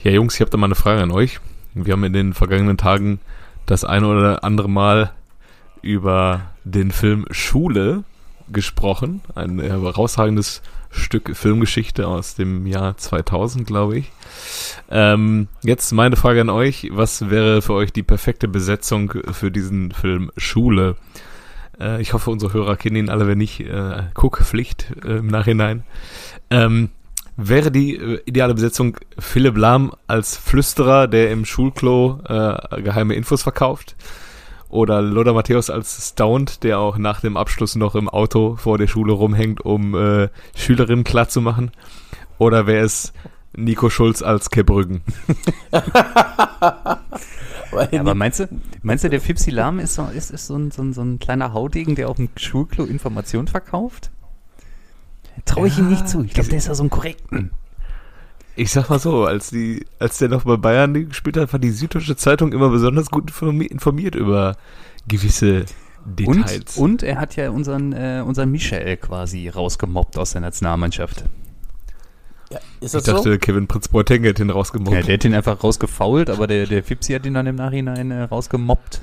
Ja, Jungs, ich habe da mal eine Frage an euch. Wir haben in den vergangenen Tagen das eine oder andere Mal über den Film Schule gesprochen. Ein herausragendes Stück Filmgeschichte aus dem Jahr 2000, glaube ich. Jetzt meine Frage an euch. Was wäre für euch die perfekte Besetzung für diesen Film Schule? Ich hoffe, unsere Hörer kennen ihn alle, wenn nicht, Guckpflicht im Nachhinein. Wäre die ideale Besetzung Philipp Lahm als Flüsterer, der im Schulklo geheime Infos verkauft? Oder Lothar Matthäus als Stoned, der auch nach dem Abschluss noch im Auto vor der Schule rumhängt, um Schülerinnen klarzumachen? Oder wäre es Nico Schulz als Kebrüggen? Ja, aber meinst du, der Fipsi Lahm ist so ein kleiner Haudegen, der auf dem Schulklo Informationen verkauft? Traue ich ihm nicht zu. Ich glaube, der ist ja so ein Korrekten. Ich sag mal so, als der noch bei Bayern gespielt hat, war die Süddeutsche Zeitung immer besonders gut informiert über gewisse Details. Und er hat ja unseren Michael quasi rausgemobbt aus der Nationalmannschaft. Ja, ist das ich dachte, so? Kevin Prinz Boateng hätte ihn rausgemobbt. Ja, der hat ihn einfach rausgefault, aber der Fipsi hat ihn dann im Nachhinein rausgemobbt.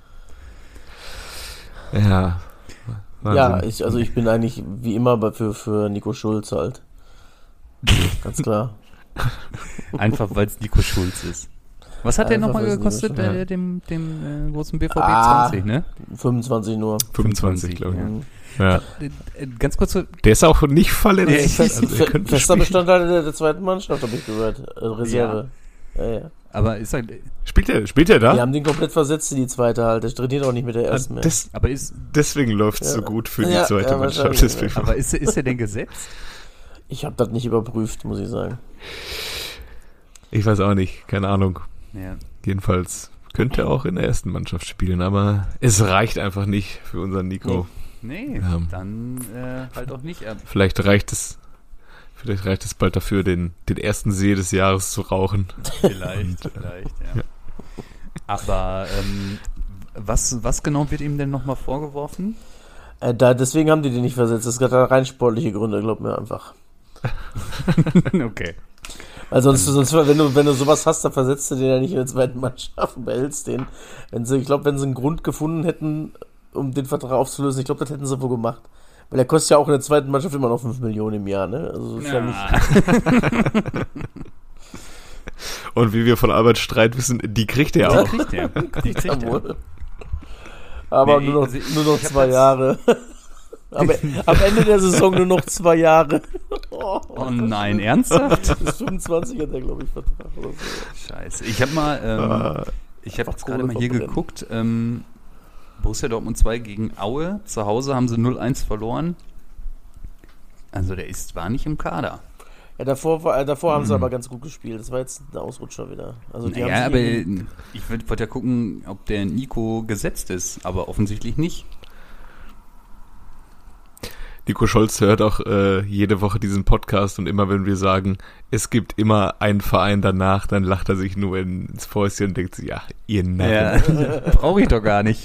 Ja. Wahnsinn. Ja, ich bin eigentlich wie immer für Nico Schulz halt. Ganz klar. Einfach, weil es Nico Schulz ist. Was hat der nochmal gekostet bei dem großen BVB 20, ne? 25 nur. 25, glaube ich. Ja. Ganz kurz. Der ist auch nicht verletzt. Fester Bestandteil der zweiten Mannschaft, habe ich gehört. Reserve. Ja. Aber ist halt. Spielt er da? Die haben den komplett versetzt in die zweite halt. Der trainiert auch nicht mit der ersten mehr. Deswegen läuft es so gut für die zweite Mannschaft. Aber ist er denn gesetzt? Ich habe das nicht überprüft, muss ich sagen. Ich weiß auch nicht, keine Ahnung. Ja. Jedenfalls könnte er auch in der ersten Mannschaft spielen, aber es reicht einfach nicht für unseren Nico. Nee, dann halt auch nicht. Vielleicht reicht es bald dafür, den ersten See des Jahres zu rauchen. Vielleicht, ja. Aber was genau wird ihm denn nochmal vorgeworfen? Deswegen haben die den nicht versetzt. Das hat rein sportliche Gründe, glaub mir einfach. Okay. Weil sonst wenn du sowas hast, dann versetzt du den ja nicht in der zweiten Mannschaft und behältst den. Wenn sie einen Grund gefunden hätten, um den Vertrag aufzulösen, ich glaube, das hätten sie wohl gemacht. Weil der kostet ja auch in der zweiten Mannschaft immer noch 5 Millionen im Jahr, ne? Also ist ja nicht. Und wie wir von Albert Streit wissen, die kriegt er auch. Die kriegt er wohl. Aber nur noch 2 Jahre. Aber am Ende der Saison nur noch 2 Jahre. Oh nein, ernsthaft? Bis 25 hat er, glaube ich, Vertrag oder so. Scheiße. Ich habe jetzt gerade mal hier geguckt. Borussia Dortmund 2 gegen Aue. Zu Hause haben sie 0-1 verloren. Also der war nicht im Kader. Ja, davor haben sie aber ganz gut gespielt. Das war jetzt ein Ausrutscher wieder. Also aber ich wollte ja gucken, ob der Nico gesetzt ist, aber offensichtlich nicht. Nico Scholz hört auch jede Woche diesen Podcast und immer wenn wir sagen, es gibt immer einen Verein danach, dann lacht er sich nur ins Fäustchen und denkt sich, ja, ihr Narren. Ja, brauche ich doch gar nicht.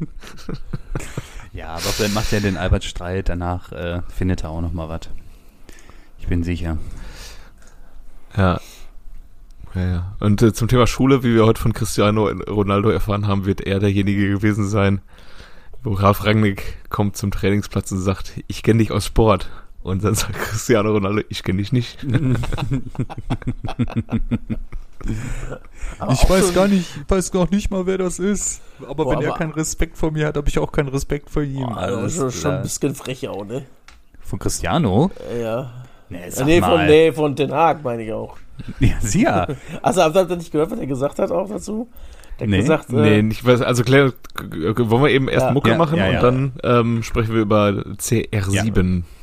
Ja, aber dann macht er den Albert Streit, danach findet er auch noch mal was. Ich bin sicher. Ja. Und zum Thema Schule, wie wir heute von Cristiano Ronaldo erfahren haben, wird er derjenige gewesen sein, wo Ralf Rangnick kommt zum Trainingsplatz und sagt, ich kenne dich aus Sport. Und dann sagt Cristiano Ronaldo, ich kenne dich nicht. Ich weiß gar nicht mal, wer das ist. Aber wenn er keinen Respekt vor mir hat, habe ich auch keinen Respekt vor ihm. Also schon ein bisschen frech auch, ne? Von Cristiano? Ja. Von Den Haag meine ich auch. Ja, sie ja. Also habt ihr nicht gehört, was er gesagt hat auch dazu? Der hat gesagt, nicht, also Claire, wollen wir eben erst Mucke machen und dann sprechen wir über CR7. Ja.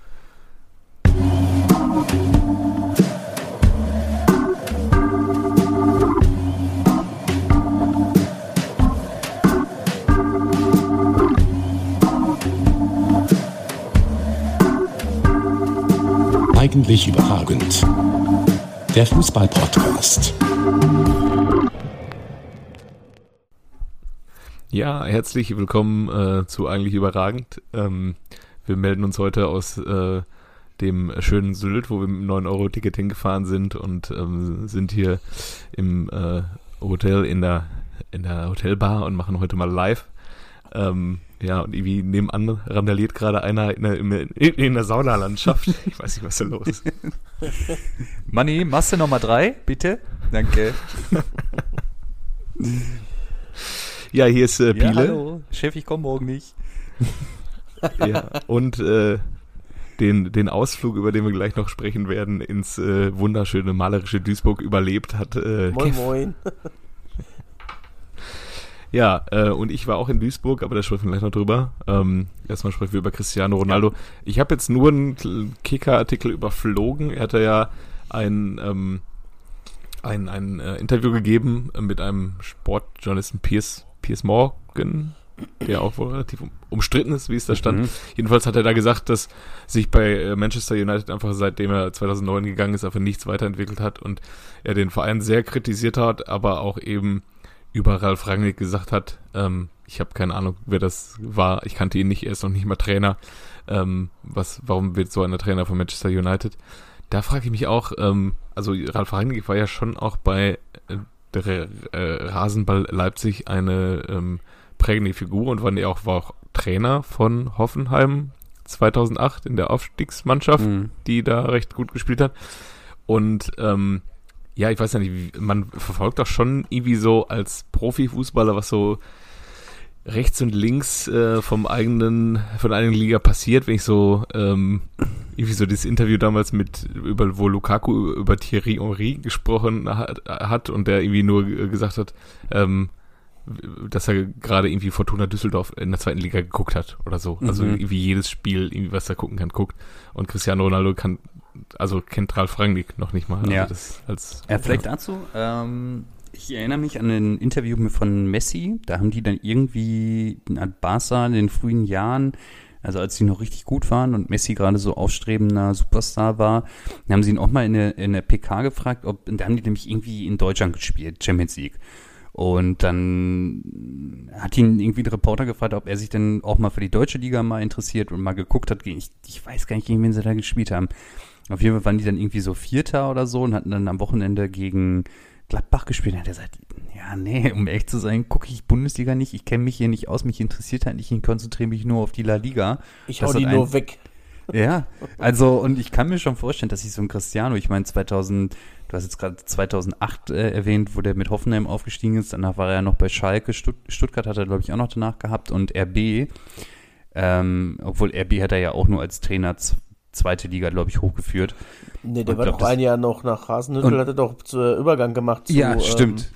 Eigentlich überragend. Der Fußball-Podcast. Ja, herzlich willkommen zu Eigentlich überragend. Wir melden uns heute aus dem schönen Sylt, wo wir mit dem 9-Euro-Ticket hingefahren sind und sind hier im Hotel in der Hotelbar und machen heute mal live. Ja, und irgendwie nebenan randaliert gerade einer in der Saunalandschaft. Ich weiß nicht, was da los ist. Manni, Masse Nummer 3, bitte. Danke. Ja, hier ist Biele. Ja, hallo, Chef, ich komme morgen nicht. Ja, und den Ausflug, über den wir gleich noch sprechen werden, ins wunderschöne, malerische Duisburg überlebt hat Moin, Kev. moin. Ja, und ich war auch in Duisburg, aber da sprechen wir gleich noch drüber. Erstmal sprechen wir über Cristiano Ronaldo. Ja. Ich habe jetzt nur einen Kicker-Artikel überflogen. Er hatte ja ein Interview gegeben mit einem Sportjournalisten Piers Morgan, der auch wohl relativ umstritten ist, wie es da stand. Jedenfalls hat er da gesagt, dass sich bei Manchester United einfach seitdem er 2009 gegangen ist, einfach nichts weiterentwickelt hat und er den Verein sehr kritisiert hat, aber auch eben über Ralf Rangnick gesagt hat, ich habe keine Ahnung, wer das war, ich kannte ihn nicht, er ist noch nicht mal Trainer. Warum wird so einer Trainer von Manchester United? Da frage ich mich auch, also Ralf Rangnick war ja schon auch bei der Rasenball Leipzig eine prägende Figur und war auch Trainer von Hoffenheim 2008 in der Aufstiegsmannschaft, die da recht gut gespielt hat. Und ja, ich weiß ja nicht, man verfolgt doch schon irgendwie so als Profifußballer, was so rechts und links von der eigenen Liga passiert, wenn ich so irgendwie so dieses Interview damals wo Lukaku über Thierry Henry gesprochen hat und der irgendwie nur gesagt hat, dass er gerade irgendwie Fortuna Düsseldorf in der 2. Liga geguckt hat oder so. Also irgendwie jedes Spiel, irgendwie was er gucken kann, guckt. Und Cristiano Ronaldo kennt Ralf Rangnick noch nicht mal. Also ja. das Vielleicht dazu, ich erinnere mich an ein Interview von Messi, da haben die dann irgendwie an Barca in den frühen Jahren, also als sie noch richtig gut waren und Messi gerade so aufstrebender Superstar war, dann haben sie ihn auch mal in der PK gefragt, da haben die nämlich irgendwie in Deutschland gespielt, Champions League. Und dann hat ihn irgendwie ein Reporter gefragt, ob er sich denn auch mal für die deutsche Liga mal interessiert und mal geguckt hat. Ich weiß gar nicht, gegen wen sie da gespielt haben. Auf jeden Fall waren die dann irgendwie so Vierter oder so und hatten dann am Wochenende gegen Gladbach gespielt. Da hat er gesagt, ja, nee, um ehrlich zu sein, gucke ich Bundesliga nicht. Ich kenne mich hier nicht aus, mich interessiert halt nicht. Ich konzentriere mich nur auf die La Liga. Ich hau die nur weg. Ja, also und ich kann mir schon vorstellen, dass ich so ein Cristiano, ich meine du hast jetzt gerade 2008 erwähnt, wo der mit Hoffenheim aufgestiegen ist, danach war er ja noch bei Schalke, Stuttgart hat er glaube ich auch noch danach gehabt und RB, obwohl RB hat er ja auch nur als Trainer zweite Liga glaube ich hochgeführt. Nee, der war doch ein Jahr noch nach Hasenhüttl, hat er doch Übergang gemacht zu ja, stimmt.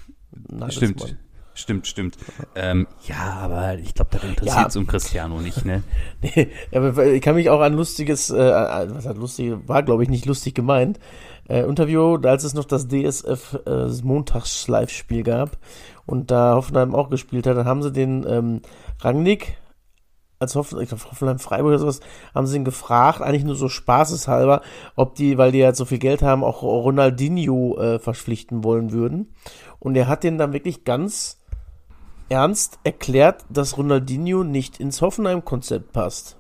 Stimmt. Ja, aber ich glaube, das interessiert es um Cristiano nicht, ne? Nee, aber ich kann mich auch an lustiges, was hat lustig, war glaube ich nicht lustig gemeint, Interview, als es noch das DSF Montags-Live-Spiel gab und da Hoffenheim auch gespielt hat, dann haben sie den Rangnick, ich glaube Hoffenheim Freiburg oder sowas, haben sie ihn gefragt, eigentlich nur so spaßeshalber, ob die, weil die halt so viel Geld haben, auch Ronaldinho verpflichten wollen würden. Und er hat denen dann wirklich ganz ernst erklärt, dass Ronaldinho nicht ins Hoffenheim-Konzept passt.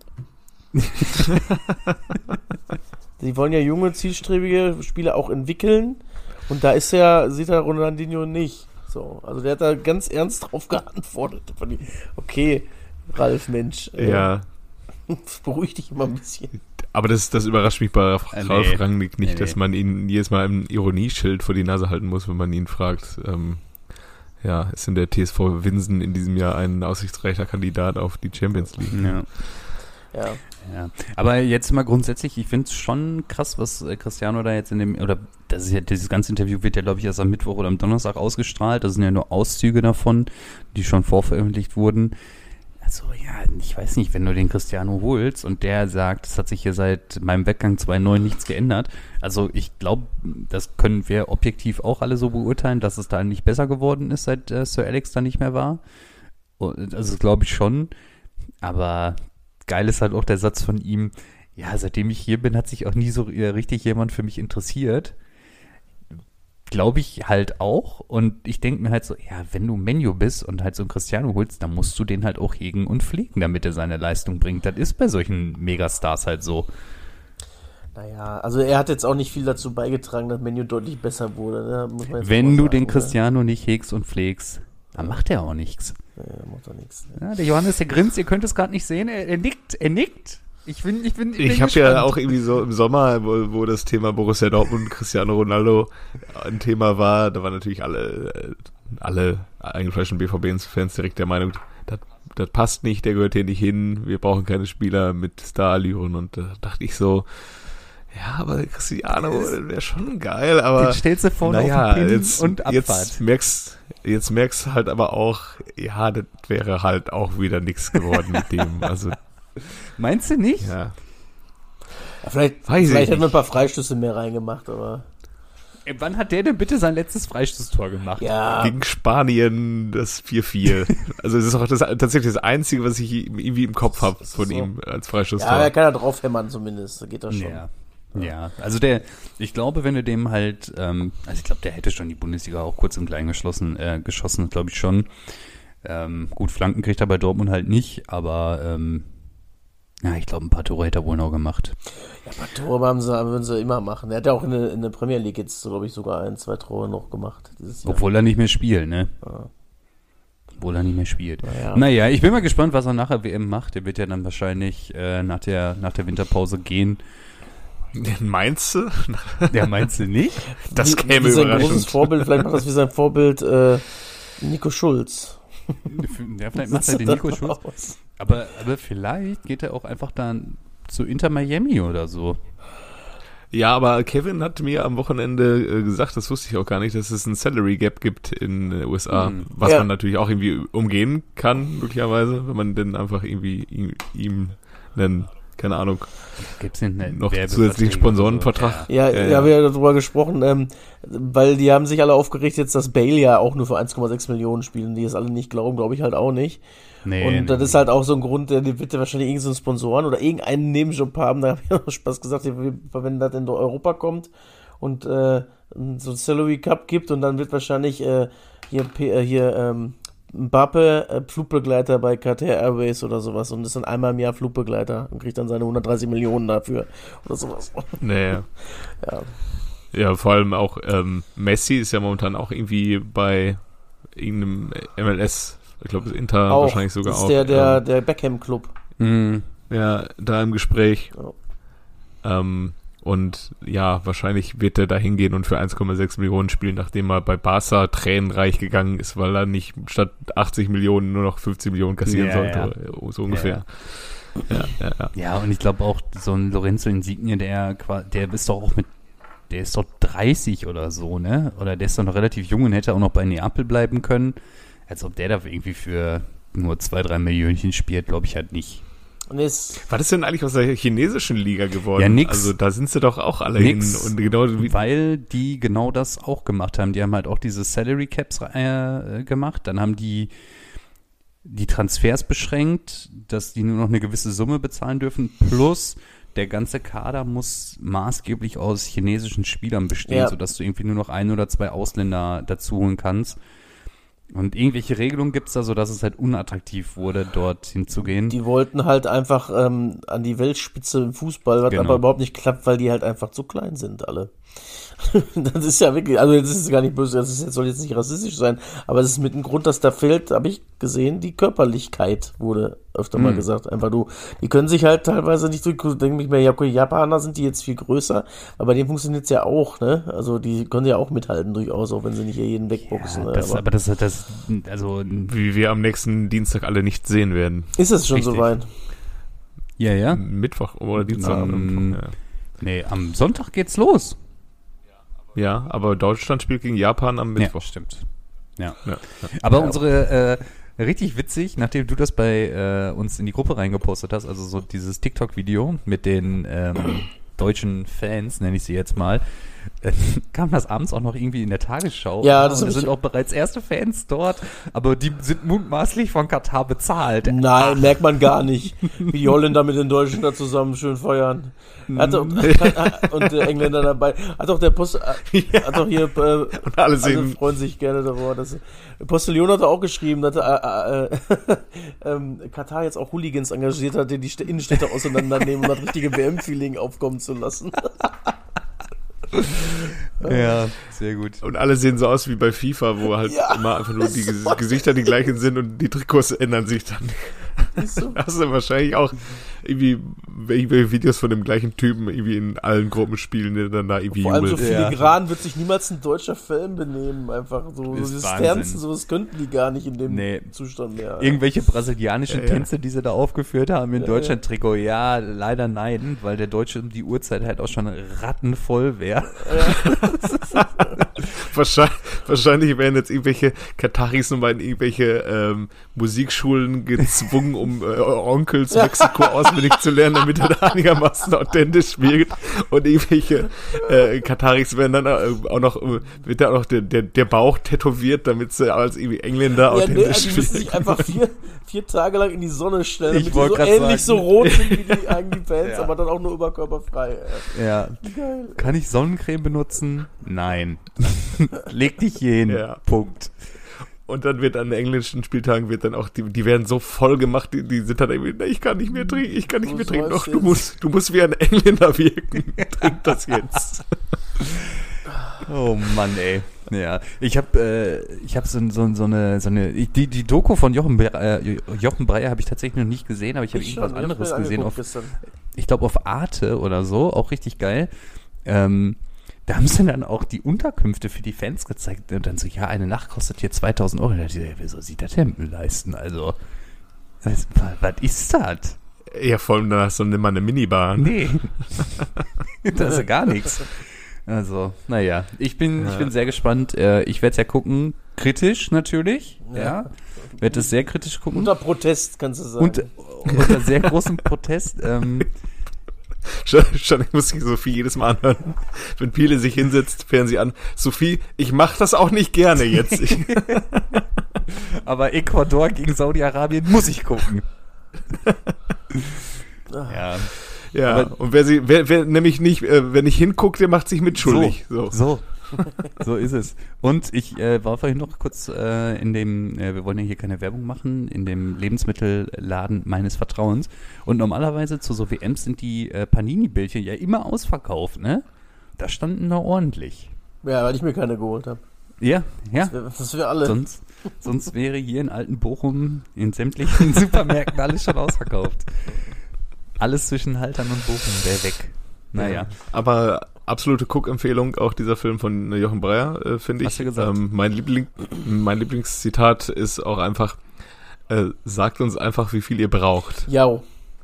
Sie wollen ja junge, zielstrebige Spieler auch entwickeln und da sieht er Ronaldinho nicht. So, also der hat da ganz ernst drauf geantwortet. Okay, Ralf, Mensch. Ja. Beruhig dich immer ein bisschen. Aber das überrascht mich bei Ralf Rangnick nicht, dass man ihn jedes Mal ein Ironieschild vor die Nase halten muss, wenn man ihn fragt. Ist in der TSV Winsen in diesem Jahr ein aussichtsreicher Kandidat auf die Champions League. Ja. Aber jetzt mal grundsätzlich, ich finde es schon krass, was Cristiano da jetzt das ist ja, dieses ganze Interview wird ja, glaube ich, erst am Mittwoch oder am Donnerstag ausgestrahlt. Das sind ja nur Auszüge davon, die schon vorveröffentlicht wurden. Also ja, ich weiß nicht, wenn du den Cristiano holst und der sagt, es hat sich hier seit meinem Weggang 2009 nichts geändert. Also ich glaube, das können wir objektiv auch alle so beurteilen, dass es da nicht besser geworden ist, seit Sir Alex da nicht mehr war. Also glaube ich schon. Aber geil ist halt auch der Satz von ihm, ja, seitdem ich hier bin, hat sich auch nie so richtig jemand für mich interessiert. Glaube ich halt auch. Und ich denke mir halt so, ja, wenn du Menu bist und halt so einen Cristiano holst, dann musst du den halt auch hegen und pflegen, damit er seine Leistung bringt. Das ist bei solchen Megastars halt so. Naja, also er hat jetzt auch nicht viel dazu beigetragen, dass Man U deutlich besser wurde. Ne? Muss man jetzt Wenn mal du sagen, den ne? Cristiano nicht hegst und pflegst, dann macht er auch nichts. Ja, macht doch nichts. Ne? Ja, der Johannes, der grinst, ihr könnt es gerade nicht sehen, er nickt. Ich bin Ich habe gespannt. ja auch irgendwie so im Sommer, wo das Thema Borussia Dortmund, Cristiano Ronaldo ein Thema war, da waren natürlich alle eingefleischten BVB-Fans direkt der Meinung, das passt nicht, der gehört hier nicht hin, wir brauchen keine Spieler mit Starallüren, und da dachte ich so, ja, aber der Cristiano wäre schon geil, aber Den stellst du vorne naja, auf den Pin jetzt, und Abfahrt. jetzt merkst du halt aber auch, ja, das wäre halt auch wieder nichts geworden mit dem, also Meinst du nicht? ja. Ja, vielleicht Weiß ich hätten wir nicht. ein paar Freistöße mehr reingemacht, aber Wann hat der denn bitte sein letztes Freistoßtor gemacht? ja, Gegen Spanien das 4-4. Also das ist auch tatsächlich das Einzige, was ich irgendwie im Kopf habe von so. ihm als Freistoßtor. ja, er kann da draufhämmern zumindest, da geht das schon. Ja, also ich glaube, wenn du dem halt, also ich glaube, der hätte schon die Bundesliga auch kurz im Kleinen geschossen, glaube ich schon. Gut, Flanken kriegt er bei Dortmund halt nicht, aber ja, ich glaube, ein paar Tore hätte er wohl noch gemacht. Ja, ein paar Tore würden sie immer machen. Er hat ja auch in der Premier League jetzt, glaube ich, sogar 1-2 Tore noch gemacht dieses Jahr. Obwohl er nicht mehr spielt, ne? Ja. Obwohl er nicht mehr spielt. Naja. Naja, ich bin mal gespannt, was er nachher WM macht. Der wird ja dann wahrscheinlich nach der Winterpause gehen. Meinst du? Der meinst du nicht? Das käme wie sein überraschend. großes Vorbild, vielleicht macht das wie sein Vorbild Nico Schulz. Ja, vielleicht macht er den Nico Schulz. Aber vielleicht geht er auch einfach dann zu Inter Miami oder so. Ja, aber Kevin hat mir am Wochenende gesagt, das wusste ich auch gar nicht, dass es ein Salary Gap gibt in den USA, was Ja. man natürlich auch irgendwie umgehen kann, möglicherweise, wenn man denn einfach irgendwie ihm einen, keine Ahnung, Gibt's denn noch zusätzlichen Sponsorenvertrag. Ja, wir haben ja darüber gesprochen, weil die haben sich alle aufgeregt jetzt, dass Bale ja auch nur für 1,6 Millionen spielen, die es alle nicht glauben, glaube ich halt auch nicht. Und das ist halt auch so ein Grund, der wird ja wahrscheinlich irgendeinen Sponsoren oder irgendeinen Nebenjob haben, da habe ich auch Spaß gesagt, wenn das in Europa kommt und so ein Salary Cup gibt und dann wird wahrscheinlich Mbappe Flugbegleiter bei Qatar Airways oder sowas und ist dann einmal im Jahr Flugbegleiter und kriegt dann seine 130 Millionen dafür oder sowas. Naja. Ja. Ja, vor allem auch Messi ist ja momentan auch irgendwie bei irgendeinem MLS, ich glaube Inter Auch, wahrscheinlich sogar das auch. ist der Beckham-Club. Ja, da im Gespräch. Ja. Und ja, wahrscheinlich wird er da hingehen und für 1,6 Millionen spielen, nachdem er bei Barca tränenreich gegangen ist, weil er nicht statt 80 Millionen nur noch 50 Millionen kassieren sollte, so ungefähr. Ja. Ja, und ich glaube auch, so ein Lorenzo Insigne, der ist doch auch der ist doch 30 oder so, ne? Oder der ist doch noch relativ jung und hätte auch noch bei Neapel bleiben können. Als ob der da irgendwie für nur 2-3 Millionchen spielt, glaube ich halt nicht. Und jetzt, Was ist denn eigentlich aus der chinesischen Liga geworden? Ja, nix. Also da sind sie doch auch alle Nix. hin. Und genau wie, Weil die genau das auch gemacht haben. Die haben halt auch diese Salary Caps gemacht. Dann haben die Transfers beschränkt, dass die nur noch eine gewisse Summe bezahlen dürfen. Plus der ganze Kader muss maßgeblich aus chinesischen Spielern bestehen, sodass du irgendwie nur noch 1 oder 2 Ausländer dazu holen kannst. Und irgendwelche Regelungen gibt's da, sodass es halt unattraktiv wurde, dort hinzugehen. die wollten halt einfach an die Weltspitze im Fußball, was Genau. aber überhaupt nicht klappt, weil die halt einfach zu klein sind, alle. Das ist ja wirklich, also jetzt ist es gar nicht böse, soll jetzt nicht rassistisch sein, aber es ist mit dem Grund, dass da fehlt, habe ich gesehen, die Körperlichkeit wurde öfter mal gesagt. Einfach die können sich halt teilweise nicht durch, denke ich mir, ja, okay, Japaner sind die jetzt viel größer, aber bei denen funktioniert es ja auch, ne? Also die können ja auch mithalten durchaus, auch wenn sie nicht hier jeden wegboxen. Ja, ne? Also wie wir am nächsten Dienstag alle nicht sehen werden. Ist es schon Richtig. soweit? ja. Mittwoch oder Dienstag. Nee, am Sonntag geht's los. Ja, aber Deutschland spielt gegen Japan am Mittwoch. Ja, stimmt. Ja. Ja. Aber unsere, richtig witzig, nachdem du das bei uns in die Gruppe reingepostet hast, also so dieses TikTok-Video mit den deutschen Fans, nenne ich sie jetzt mal, kam das abends auch noch irgendwie in der Tagesschau. Ja, das sind auch bereits erste Fans dort, aber die sind mutmaßlich von Katar bezahlt. Nein, merkt man gar nicht, wie die Holländer mit den Deutschen da zusammen schön feiern. Und der Engländer dabei. Hat auch der hat auch hier und alle freuen sich gerne darüber. Postillon hat auch geschrieben, dass Katar jetzt auch Hooligans engagiert hat, die Innenstädte auseinandernehmen, um das richtige WM-Feeling aufkommen zu lassen. Ja, sehr gut. Und alle sehen so aus wie bei FIFA, wo halt immer einfach nur die Gesichter die gleichen sind und die Trikots ändern sich dann. So. Hast du wahrscheinlich auch irgendwie welche Videos von dem gleichen Typen irgendwie in allen Gruppen spielen, der dann da irgendwie vor allem so jubelt. filigran wird sich niemals ein deutscher Fan benehmen, einfach so dieses Tanzen, sowas könnten die gar nicht in dem Zustand mehr. Irgendwelche brasilianischen Tänze, die sie da aufgeführt haben in Deutschland-Trikot, leider nein, weil der Deutsche um die Uhrzeit halt auch schon rattenvoll wäre. Wahrscheinlich werden jetzt irgendwelche Kataris nochmal in irgendwelche Musikschulen gezwungen, um Onkels Mexiko auswendig zu lernen, damit er da einigermaßen authentisch wirkt. Und irgendwelche Kataris werden dann wird da auch noch der Bauch tätowiert, damit sie als irgendwie Engländer authentisch die müssen sich einfach 4 Tage lang in die Sonne stellen, damit die so ähnlich so rot sind wie die eigenen Fans, aber dann auch nur überkörperfrei. Ja. Geil. Kann ich Sonnencreme benutzen? Nein. Leg dich hin. Ja. Punkt. Und dann wird an den englischen Spieltagen die werden so voll gemacht, die sind dann irgendwie, ich kann nicht mehr trinken, Doch, du musst wie ein Engländer wirken. Trink das jetzt. Oh Mann, ey. Ja, ich hab so eine die Doku von Jochen Breyer habe ich tatsächlich noch nicht gesehen, aber ich habe irgendwas anderes gesehen ich glaube auf Arte oder so, auch richtig geil. Da haben sie dann auch die Unterkünfte für die Fans gezeigt und dann so, eine Nacht kostet hier 2.000 €. Da dachte ich, wieso sieht das denn leisten? Also, was ist das? Ja, vor allem, da hast du nicht mal eine Minibar. Nee, das ist ja gar nichts. Also, naja, ich bin sehr gespannt. Ich werde es ja gucken, kritisch natürlich, werde es sehr kritisch gucken. Unter Protest, kannst du sagen. Unter sehr großem Protest, Schon, ich muss die Sophie jedes Mal anhören. Wenn Piele sich hinsetzt, fähren sie an. Sophie, ich mach das auch nicht gerne jetzt. Aber Ecuador gegen Saudi-Arabien muss ich gucken. Ja, aber und wer nämlich nicht, wer nicht hinguckt, der macht sich mitschuldig. So ist es. Und ich war vorhin noch kurz in dem, wir wollen ja hier keine Werbung machen, in dem Lebensmittelladen meines Vertrauens. Und normalerweise zu so WMs sind die Panini-Bildchen ja immer ausverkauft, ne? Da standen da ordentlich. Ja, weil ich mir keine geholt habe. Ja. Das wäre alle. Sonst wäre hier in Altenbochum in sämtlichen Supermärkten alles schon ausverkauft. Alles zwischen Haltern und Bochum wäre weg. Naja. Aber absolute Cook-Empfehlung, auch dieser Film von Jochen Breyer, finde ich. Hast du gesagt? Mein Lieblingszitat ist auch einfach, sagt uns einfach, wie viel ihr braucht. Ja.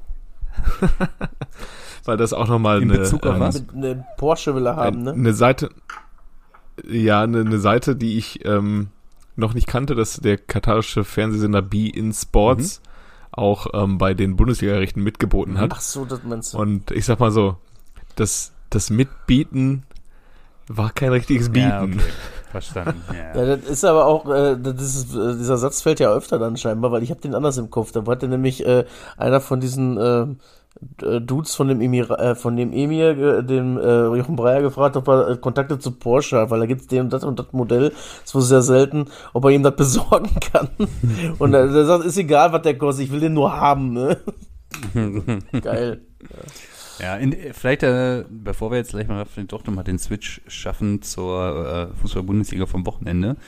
Weil das auch nochmal in Bezug auf was? Eine Porsche will er haben, ne? Eine Seite, eine Seite, die ich noch nicht kannte, dass der katarische Fernsehsender beIN Sports auch bei den Bundesliga-Rechten mitgeboten hat. Ach so, das meinst du. Und ich sag mal so, das Mitbieten war kein richtiges Bieten. Ja, okay. Verstanden. Ja, das ist aber auch, dieser Satz fällt ja öfter dann scheinbar, weil ich habe den anders im Kopf. Da hatte nämlich einer von diesen Dudes von dem Emir, dem Jochen Breyer gefragt, ob er Kontakte zu Porsche hat, weil da gibt's den und das Modell, das ist sehr selten, ob er ihm das besorgen kann. Und er sagt, ist egal, was der kostet, ich will den nur haben, ne? Geil. Ja, vielleicht, bevor wir jetzt gleich mal vielleicht doch nochmal den Switch schaffen zur Fußball-Bundesliga vom Wochenende.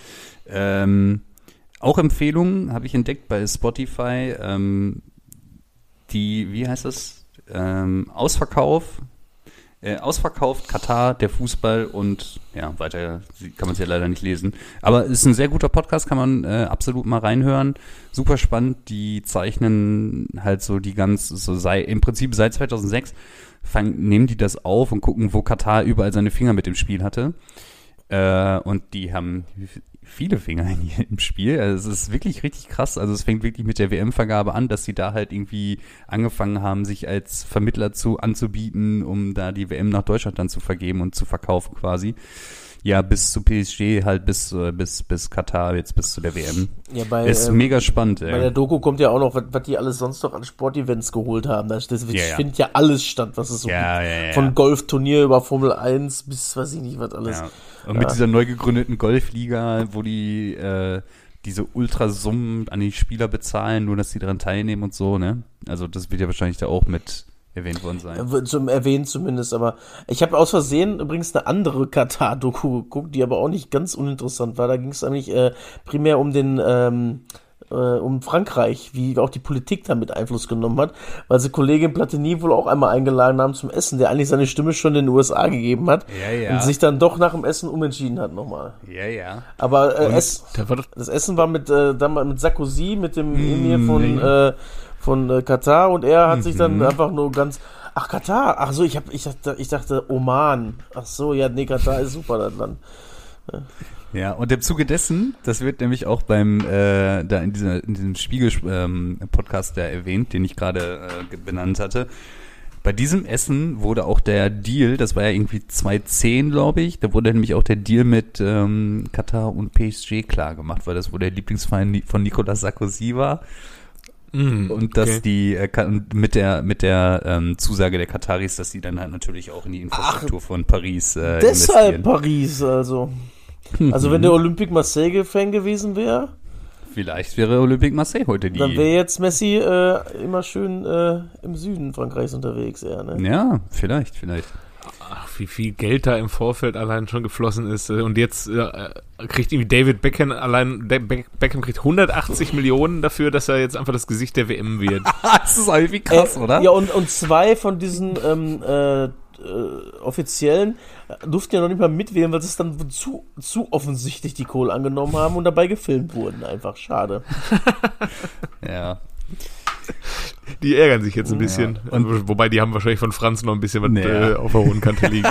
Auch Empfehlungen habe ich entdeckt bei Spotify, wie heißt das? Ausverkauft Katar, der Fußball und weiter kann man es ja leider nicht lesen. Aber es ist ein sehr guter Podcast, kann man absolut mal reinhören. Super spannend, die zeichnen halt so im Prinzip seit 2006 nehmen die das auf und gucken, wo Katar überall seine Finger mit dem Spiel hatte. Und die haben viele Finger hier im Spiel. Also es ist wirklich richtig krass. Also es fängt wirklich mit der WM-Vergabe an, dass sie da halt irgendwie angefangen haben, sich als Vermittler anzubieten, um da die WM nach Deutschland dann zu vergeben und zu verkaufen quasi. Ja, bis zu PSG, halt bis Katar, jetzt bis zu der WM. Ja, ist mega spannend. Bei der Doku kommt ja auch noch, was die alles sonst noch an Sportevents geholt haben. Das findet ja alles statt, was es so gibt. Von Golfturnier über Formel 1 bis weiß ich nicht, was alles. Ja. Und mit dieser neu gegründeten Golfliga, wo die diese Ultrasummen an die Spieler bezahlen, nur dass sie daran teilnehmen und so, ne? Also das wird ja wahrscheinlich da auch mit erwähnt worden sein. Erwähnt zumindest, aber ich habe aus Versehen übrigens eine andere Katar-Doku geguckt, die aber auch nicht ganz uninteressant war. Da ging es eigentlich primär um um Frankreich, wie auch die Politik damit Einfluss genommen hat, weil sie Kollegin Platini wohl auch einmal eingeladen haben zum Essen, der eigentlich seine Stimme schon in den USA gegeben hat und sich dann doch nach dem Essen umentschieden hat nochmal. Ja. Aber das Essen war mit Sarkozy, mit dem Emir von Katar, und er hat sich dann einfach nur ach, Katar, ach so, ich dachte Oman, ach so, ja, nee, Katar ist super, das Land. Ja, und im Zuge dessen, das wird nämlich auch beim, da in diesem Spiegel-Podcast erwähnt, den ich gerade benannt hatte. Bei diesem Essen wurde auch der Deal, das war ja irgendwie 2010, glaube ich, da wurde nämlich auch der Deal mit Katar und PSG klar gemacht, weil das wohl der Lieblingsfeind von Nicolas Sarkozy war. Und dass die mit der Zusage der Kataris, dass die dann halt natürlich auch in die Infrastruktur von Paris deshalb investieren. Paris, also. Also wenn der Olympique Marseille-Fan gewesen wäre. Vielleicht wäre Olympique Marseille heute die. Dann wäre jetzt Messi immer schön im Süden Frankreichs unterwegs, ne? Ja, vielleicht. Ach, wie viel Geld da im Vorfeld allein schon geflossen ist. Und jetzt kriegt irgendwie David Beckham Beckham kriegt 180 Millionen dafür, dass er jetzt einfach das Gesicht der WM wird. Das ist irgendwie krass, oder? Ja, und zwei von diesen Offiziellen durften ja noch nicht mal mitwählen, weil sie es dann zu offensichtlich die Kohle angenommen haben und dabei gefilmt wurden. Einfach schade. Ja. Die ärgern sich jetzt ein bisschen. Ja. Und wobei, die haben wahrscheinlich von Franz noch ein bisschen was auf der hohen Kante liegen.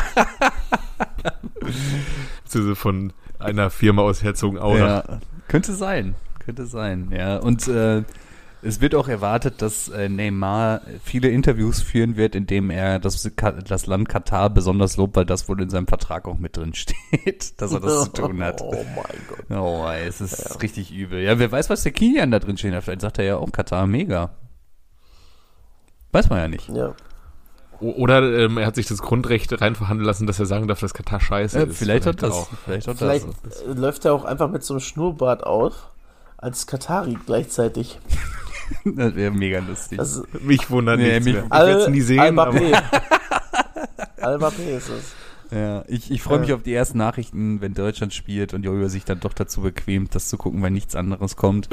Beziehungsweise von einer Firma aus Herzogenaurach. Ja, könnte sein, ja. Und es wird auch erwartet, dass Neymar viele Interviews führen wird, in dem er das Land Katar besonders lobt, weil das wohl in seinem Vertrag auch mit drin steht, dass er das zu tun hat. Oh mein Gott. Oh, es ist richtig übel. Ja, wer weiß, was der Kilian da drin stehen hat. Vielleicht sagt er ja auch Katar mega. Weiß man ja nicht. Ja. Oder er hat sich das Grundrecht reinverhandeln lassen, dass er sagen darf, dass Katar scheiße ist. Vielleicht hat das. Vielleicht läuft er auch einfach mit so einem Schnurrbart auf, als Katari gleichzeitig. Das wäre mega lustig. Mich wundert nichts mehr. Ich werde es nie sehen. Al-Mbappé ist es. Ja, ich freue mich auf die ersten Nachrichten, wenn Deutschland spielt und Jojo sich dann doch dazu bequemt, das zu gucken, weil nichts anderes kommt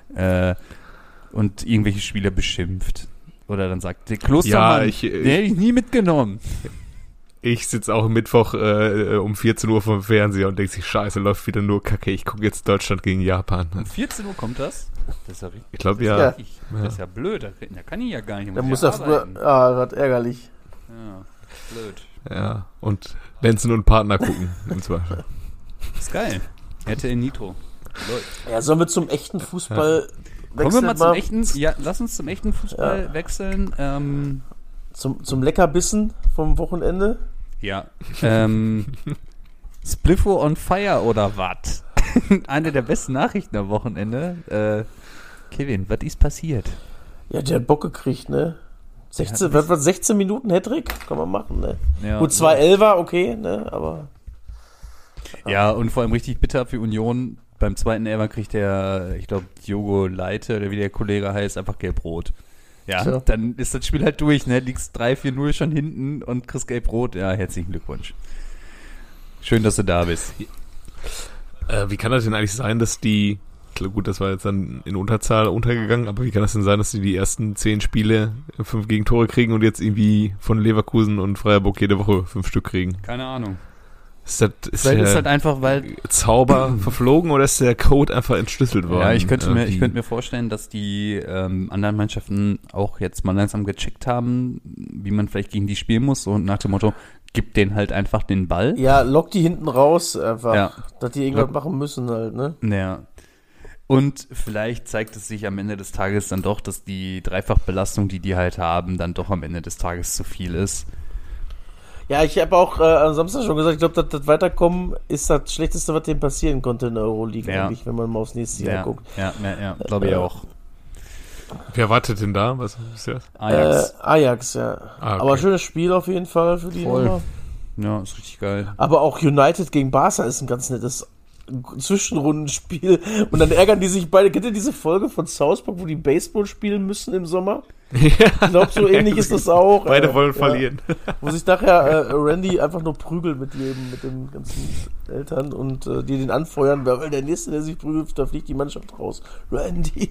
und irgendwelche Spieler beschimpft. Oder dann sagt, der Klostermann, den hätte ich nie mitgenommen. Ich sitze auch Mittwoch um 14 Uhr vom Fernseher und denke sich, scheiße, läuft wieder nur Kacke. Ich gucke jetzt Deutschland gegen Japan. Um 14 Uhr kommt das? Das ist ja richtig. Ich glaube, ja. Das ist ja blöd, da kann ich ja gar nicht. Da muss er früher, das ist ärgerlich. Ja, blöd. Ja, und Benson und Partner gucken im Zweifel. Ist geil. RTL Nitro. Läuft. Ja, sollen wir zum echten Fußball wechseln? Kommen wir mal zum echten, lass uns zum echten Fußball wechseln. Zum Leckerbissen vom Wochenende? Ja. Spliffo on fire oder was? Eine der besten Nachrichten am Wochenende. Kevin, was ist passiert? Ja, der hat Bock gekriegt, ne? 16 Minuten Hattrick? Kann man machen, ne? Ja, gut, 2-11 war okay, ne? Aber. Ja, und vor allem richtig bitter für Union. Beim zweiten Elfer kriegt der, ich glaube, Diogo Leite, oder wie der Kollege heißt, einfach gelb-rot. Ja, dann ist das Spiel halt durch, ne? Liegst 3-4-0 schon hinten und kriegst gelb-rot. Ja, herzlichen Glückwunsch. Schön, dass du da bist. Wie kann das denn eigentlich sein, dass die, gut, das war jetzt dann in Unterzahl untergegangen, aber wie kann das denn sein, dass die ersten 10 Spiele 5 Gegentore kriegen und jetzt irgendwie von Leverkusen und Freiburg jede Woche 5 Stück kriegen? Keine Ahnung. Vielleicht ist halt einfach, weil Zauber verflogen oder ist der Code einfach entschlüsselt worden? Ja, ich könnte mir vorstellen, dass die anderen Mannschaften auch jetzt mal langsam gecheckt haben, wie man vielleicht gegen die spielen muss und nach dem Motto, gibt denen halt einfach den Ball. Ja, lock die hinten raus einfach, Ja. dass die irgendwas machen müssen halt, ne? Ja. Und vielleicht zeigt es sich am Ende des Tages dann doch, dass die Dreifachbelastung, die halt haben, dann doch am Ende des Tages zu viel ist. Ja, ich habe auch am Samstag schon gesagt, ich glaube, das Weiterkommen ist das Schlechteste, was dem passieren konnte in der Euroleague eigentlich, wenn man mal aufs nächste Jahr guckt. Ja, glaube ich auch. Wer wartet denn da? Was ist das? Ajax, ja. Okay. Aber schönes Spiel auf jeden Fall für die Nummer. Ja, ist richtig geil. Aber auch United gegen Barca ist ein ganz nettes Zwischenrundenspiel. Und dann ärgern die sich beide. Kennt ihr diese Folge von South Park, wo die Baseball spielen müssen im Sommer? Ich glaube, so ähnlich ist das auch. Beide wollen verlieren. Wo sich nachher Randy einfach nur prügelt mit den ganzen Eltern und die den anfeuern, weil der Nächste, der sich prügelt, da fliegt die Mannschaft raus. Randy.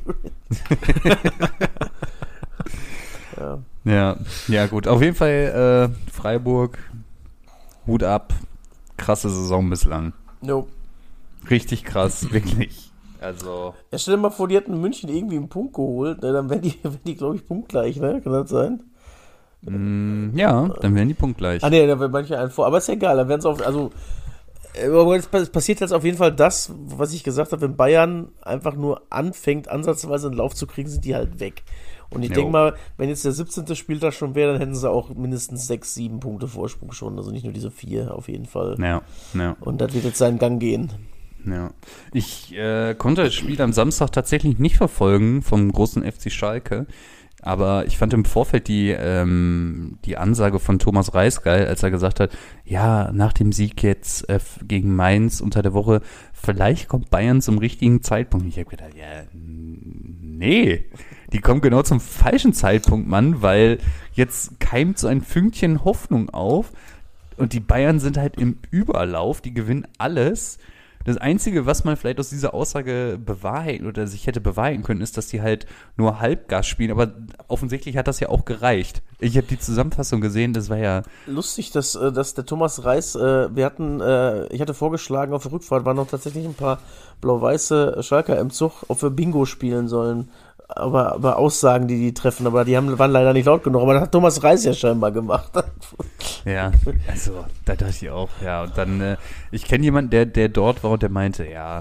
Ja, gut. Auf jeden Fall Freiburg, Hut ab. Krasse Saison bislang. No. Richtig krass, wirklich. Also. Ja, stell dir mal vor, die hätten München irgendwie einen Punkt geholt, ne? Dann wären die glaube ich, punktgleich, ne? Kann das sein? Ja, dann wären die punktgleich. Ah, ne, da wären manche einen vor. Aber ist ja egal, dann wären es auch, also. Es passiert jetzt auf jeden Fall das, was ich gesagt habe, wenn Bayern einfach nur anfängt, ansatzweise einen Lauf zu kriegen, sind die halt weg. Und ich denke mal, wenn jetzt der 17. Spieltag schon wäre, dann hätten sie auch mindestens 6, 7 Punkte Vorsprung schon. Also nicht nur diese 4 auf jeden Fall. Ja. Und das wird jetzt seinen Gang gehen. Ja. Ich konnte das Spiel am Samstag tatsächlich nicht verfolgen vom großen FC Schalke. Aber ich fand im Vorfeld die Ansage von Thomas Reis geil, als er gesagt hat, ja, nach dem Sieg jetzt gegen Mainz unter der Woche, vielleicht kommt Bayern zum richtigen Zeitpunkt. Ich habe gedacht, ja, nee, die kommen genau zum falschen Zeitpunkt, Mann, weil jetzt keimt so ein Fünkchen Hoffnung auf und die Bayern sind halt im Überlauf, die gewinnen alles. Das Einzige, was man vielleicht aus dieser Aussage bewahrheiten oder sich hätte bewahrheiten können, ist, dass die halt nur Halbgas spielen. Aber offensichtlich hat das ja auch gereicht. Ich habe die Zusammenfassung gesehen, das war ja... Lustig, dass der Thomas Reis, ich hatte vorgeschlagen, auf der Rückfahrt waren noch tatsächlich ein paar blau-weiße Schalker im Zug, ob wir Bingo spielen sollen. Aber Aussagen, die treffen, aber waren leider nicht laut genug. Aber das hat Thomas Reis ja scheinbar gemacht. Ja, also da dachte ich auch, ja. Und dann, ich kenne jemanden, der dort war und der meinte, ja,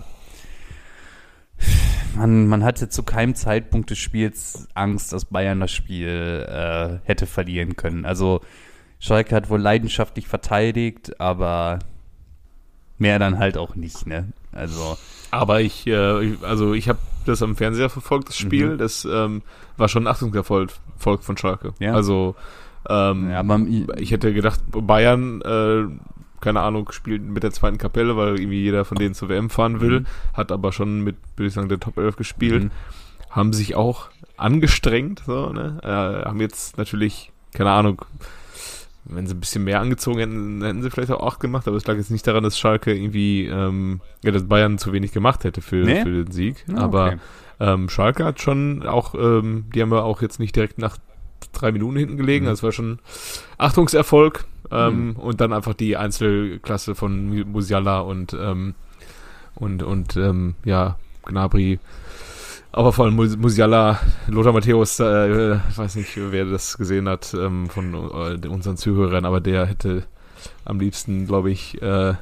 man hatte zu keinem Zeitpunkt des Spiels Angst, dass Bayern das Spiel hätte verlieren können. Also Schalke hat wohl leidenschaftlich verteidigt, aber mehr dann halt auch nicht, ne? Also. Aber ich habe das am Fernseher verfolgt, das Spiel. Das war schon ein Achtungserfolg von Schalke. Ja. Also ich hätte gedacht, Bayern, keine Ahnung, spielt mit der zweiten Kapelle, weil irgendwie jeder von denen zur WM fahren will, hat aber schon mit, würde ich sagen, der Top 11 gespielt, haben sich auch angestrengt, so, ne? Haben jetzt natürlich, keine Ahnung, wenn sie ein bisschen mehr angezogen hätten sie vielleicht auch 8 gemacht, aber es lag jetzt nicht daran, dass Schalke irgendwie, dass Bayern zu wenig gemacht hätte für den Sieg. Ja, aber Schalke hat schon auch, die haben ja auch jetzt nicht direkt nach 3 Minuten hinten gelegen, das war schon Achtungserfolg. Und dann einfach die Einzelklasse von Musiala und Gnabry. Aber vor allem Musiala, Lothar Matthäus, ich weiß nicht, wer das gesehen hat von unseren Zuhörern, aber der hätte am liebsten, glaube ich,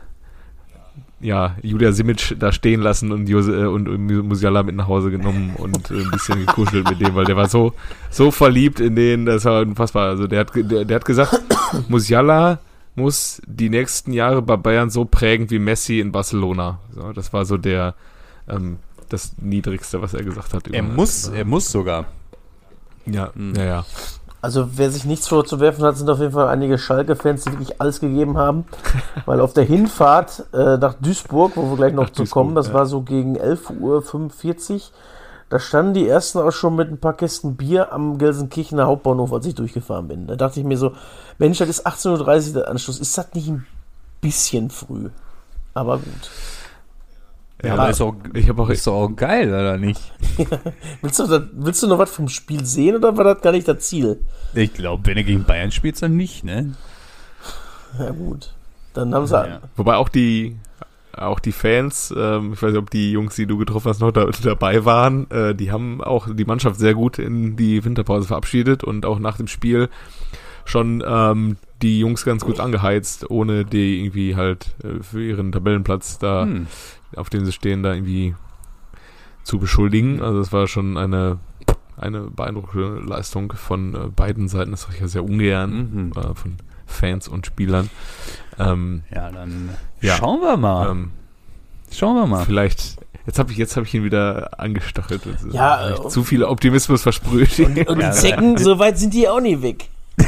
Julia Simic da stehen lassen und Musiala mit nach Hause genommen und ein bisschen gekuschelt mit dem, weil der war so verliebt in den, das war unfassbar. Also der hat gesagt, Musiala muss die nächsten Jahre bei Bayern so prägend wie Messi in Barcelona. So, das war so das Niedrigste, was er gesagt hat. Er muss sogar. Ja. Also wer sich nichts vorzuwerfen hat, sind auf jeden Fall einige Schalke-Fans, die wirklich alles gegeben haben. Weil auf der Hinfahrt nach Duisburg, wo wir gleich noch zu kommen, das war so gegen 11:45 Uhr, da standen die ersten auch schon mit ein paar Kästen Bier am Gelsenkirchener Hauptbahnhof, als ich durchgefahren bin. Da dachte ich mir so, Mensch, das ist 18:30 Uhr der Anschluss. Ist das nicht ein bisschen früh? Aber gut. Ja, aber ist doch auch geil, oder nicht? Willst du noch was vom Spiel sehen oder war das gar nicht das Ziel? Ich glaube, wenn er gegen Bayern spielt, dann nicht, ne? Ja gut, dann haben sie... Ja. Wobei auch die Fans, ich weiß nicht, ob die Jungs, die du getroffen hast, noch dabei waren, die haben auch die Mannschaft sehr gut in die Winterpause verabschiedet und auch nach dem Spiel schon die Jungs ganz gut angeheizt, ohne die irgendwie halt für ihren Tabellenplatz da, auf dem sie stehen, da irgendwie zu beschuldigen. Also es war schon eine beeindruckende Leistung von beiden Seiten. Das sage ich ja sehr ungern, von Fans und Spielern. Dann schauen wir mal. Schauen wir mal. Vielleicht, jetzt hab ich ihn wieder angestachelt. Ja, zu viel Optimismus versprüht. Und die Zecken, so weit sind die auch nie weg.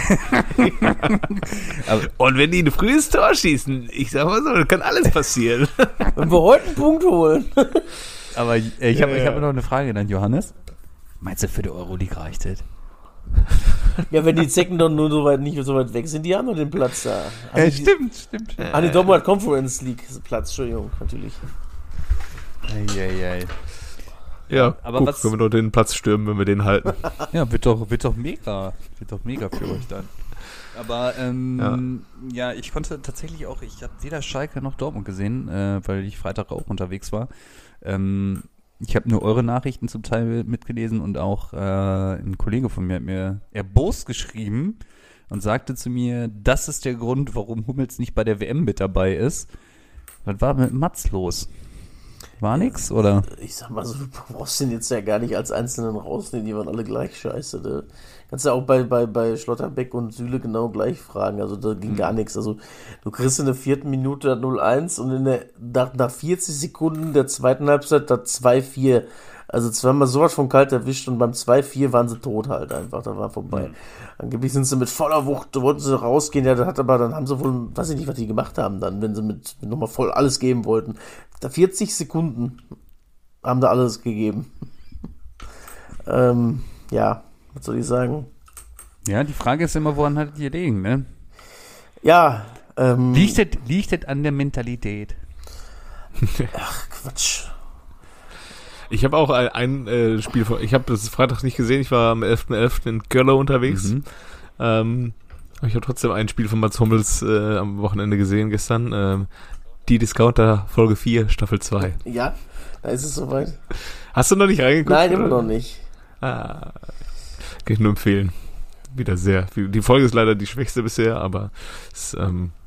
Und wenn die ein frühes Tor schießen, ich sag mal so, dann kann alles passieren. Wenn wir heute einen Punkt holen. Aber ich habe noch eine Frage an Johannes. Meinst du, für die Euroleague reicht das? Ja, wenn die Zecken doch nur nicht so weit weg sind, die haben noch den Platz da. Stimmt. Die Dortmund Conference League Platz, Entschuldigung, natürlich. Ja, aber guck, können wir doch den Platz stürmen, wenn wir den halten. Ja, wird doch mega für euch dann. Aber ich konnte tatsächlich auch, ich habe weder Schalke noch Dortmund gesehen, weil ich Freitag auch unterwegs war. Ich habe nur eure Nachrichten zum Teil mitgelesen und auch ein Kollege von mir hat mir erbost geschrieben und sagte zu mir, das ist der Grund, warum Hummels nicht bei der WM mit dabei ist. Was war mit Mats los? War nix, oder? Ich sag mal so, du brauchst den jetzt ja gar nicht als Einzelnen rausnehmen, die waren alle gleich scheiße. Ne? Kannst ja auch bei Schlotterbeck und Süle genau gleich fragen, also da ging gar nichts. Also du kriegst in der 4. Minute 0-1 und nach 40 Sekunden der zweiten Halbzeit da 2-4. Also zweimal sowas von kalt erwischt und beim 2-4 waren sie tot halt einfach, da war vorbei. Angeblich sind sie mit voller Wucht, wollten sie rausgehen, ja, dann haben sie wohl, weiß ich nicht, was die gemacht haben dann, wenn sie mit nochmal voll alles geben wollten. Da 40 Sekunden haben da alles gegeben. Was soll ich sagen? Ja, die Frage ist immer, woran hat ihr liegen, ne? Ja, liegt das an der Mentalität? Ach, Quatsch. Ich habe auch ein Spiel, ich habe das Freitag nicht gesehen, ich war am 11.11. in Köln unterwegs. Aber ich habe trotzdem ein Spiel von Mats Hummels am Wochenende gesehen gestern. Die Discounter Folge 4, Staffel 2. Ja, da ist es soweit. Hast du noch nicht reingeguckt? Nein, immer noch nicht. Kann ich nur empfehlen. Wieder sehr. Die Folge ist leider die schwächste bisher, aber es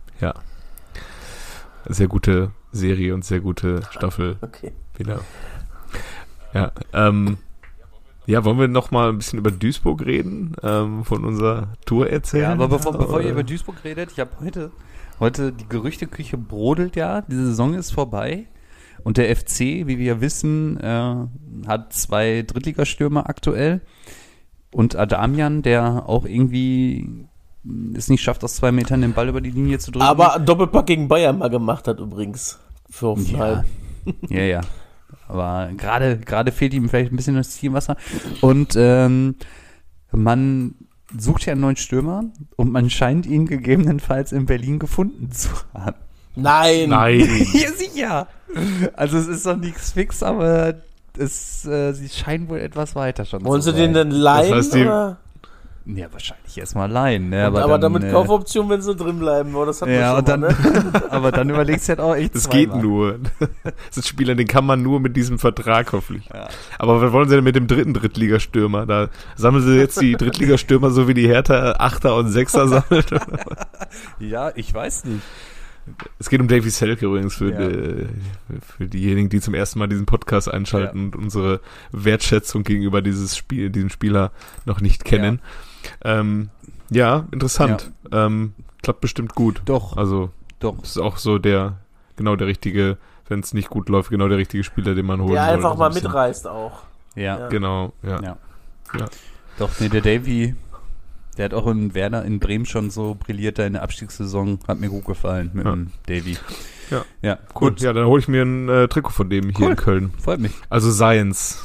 sehr gute Serie und sehr gute Staffel. Okay. Wieder. Ja, wollen wir noch mal ein bisschen über Duisburg reden, von unserer Tour erzählen? Ja, aber bevor ihr über Duisburg redet, ich habe heute die Gerüchteküche brodelt ja, die Saison ist vorbei und der FC, wie wir wissen, hat 2 Drittligastürmer aktuell und Adamian, der auch irgendwie es nicht schafft, aus 2 Metern den Ball über die Linie zu drücken. Aber einen Doppelpack gegen Bayern mal gemacht hat übrigens. Für Hoffenheim. Ja. Aber gerade fehlt ihm vielleicht ein bisschen das Zielwasser. Und man sucht ja einen neuen Stürmer und man scheint ihn gegebenenfalls in Berlin gefunden zu haben. Nein! Ja, sicher! Also es ist noch nichts fix, aber sie scheinen wohl etwas weiter schon Wollen zu sie sein. den denn leihen? Das heißt, oder? Ja, wahrscheinlich erstmal leihen. Ne? Aber dann mit Kaufoption, wenn sie drin bleiben. Oh, das hat man schon mal, ne? Aber dann überlegst du halt auch echt das zweimal. geht nur. Das sind Spieler, den kann man nur mit diesem Vertrag hoffentlich. Ja. Aber was wollen sie denn mit dem 3. Drittligastürmer? Da sammeln sie jetzt die Drittligastürmer, so wie die Hertha 8er und 6er sammelt? Ja, ich weiß nicht. Es geht um Davy Selke übrigens für diejenigen, die zum ersten Mal diesen Podcast einschalten und unsere Wertschätzung gegenüber diesem Spieler noch nicht kennen. Interessant. Ja. Klappt bestimmt gut. Doch. Also, es ist auch so der richtige, wenn es nicht gut läuft, genau der richtige Spieler, den man holen der soll. einfach so mal ein bisschen. mitreißt auch. Ja. Genau, ja. Doch, der Davy, der hat auch in Werder in Bremen schon so brilliert, da in der Abstiegssaison, hat mir gut gefallen mit dem Davy. Ja, gut. Ja, dann hole ich mir ein Trikot von dem hier in Köln. Freut mich. Also Science.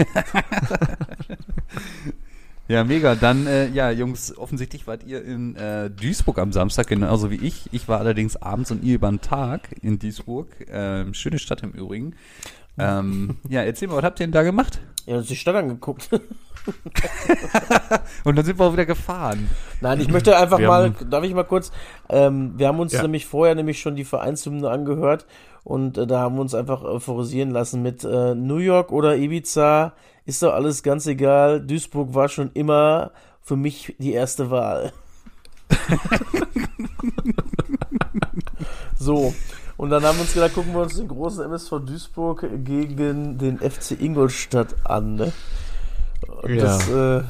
Ja, mega. Dann, Jungs, offensichtlich wart ihr in Duisburg am Samstag, genauso wie ich. Ich war allerdings abends und ihr über den Tag in Duisburg. Schöne Stadt im Übrigen. Erzähl mal, was habt ihr denn da gemacht? Ja, uns die Stadt angeguckt. Und dann sind wir auch wieder gefahren. Nein, ich möchte einfach darf ich mal kurz, wir haben uns nämlich vorher schon die Vereinshymne angehört und da haben wir uns einfach euphorisieren lassen mit New York oder Ibiza, ist doch alles ganz egal, Duisburg war schon immer für mich die erste Wahl. So, und dann haben wir uns gedacht, gucken wir uns den großen MSV Duisburg gegen den FC Ingolstadt an. Ne? Und Ja.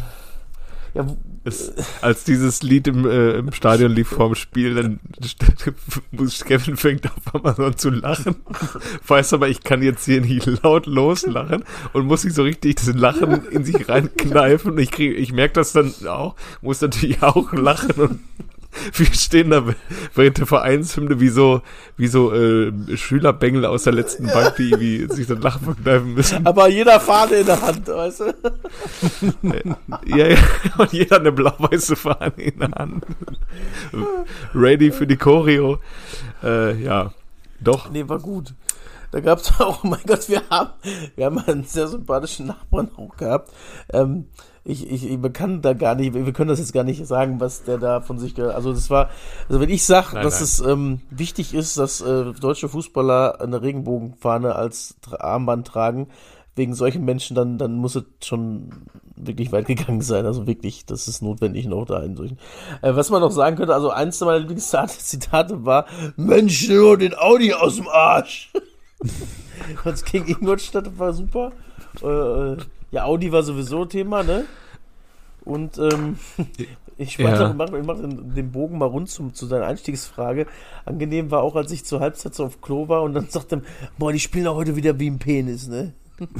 Als dieses Lied im Stadion lief vorm Spiel, dann muss Kevin fängt auf einmal an zu lachen. Weiß aber, ich kann jetzt hier nicht laut loslachen und muss sich so richtig das Lachen in sich reinkneifen. Ich merke das dann auch, muss natürlich auch lachen und wir stehen da während der Vereinshymne wie so Schülerbengel aus der letzten Bank, die wie sich dann Lachen verkneifen müssen. Aber jeder Fahne in der Hand, weißt du? Ja, und jeder eine blau-weiße Fahne in der Hand. Ready für die Choreo. Ja, doch. Nee, war gut. Da gab es auch, oh mein Gott, wir haben einen sehr sympathischen Nachbarn auch gehabt. Wir können das jetzt gar nicht sagen, was der da von sich, also wenn ich sage, dass es wichtig ist, dass deutsche Fußballer eine Regenbogenfahne als Armband tragen, wegen solchen Menschen, dann muss es schon wirklich weit gegangen sein, also wirklich, das ist notwendig noch da in solchen. Was man noch sagen könnte, also eins meiner Lieblingszitate war, Mensch, nur den Audi aus dem Arsch. Das gegen Ingolstadt war super. Ja, Audi war sowieso Thema, ne? Und ich mache den Bogen mal rund zu deiner Einstiegsfrage. Angenehm war auch, als ich zur Halbzeit so auf Klo war und dann sagte, boah, die spielen auch heute wieder wie ein Penis, ne?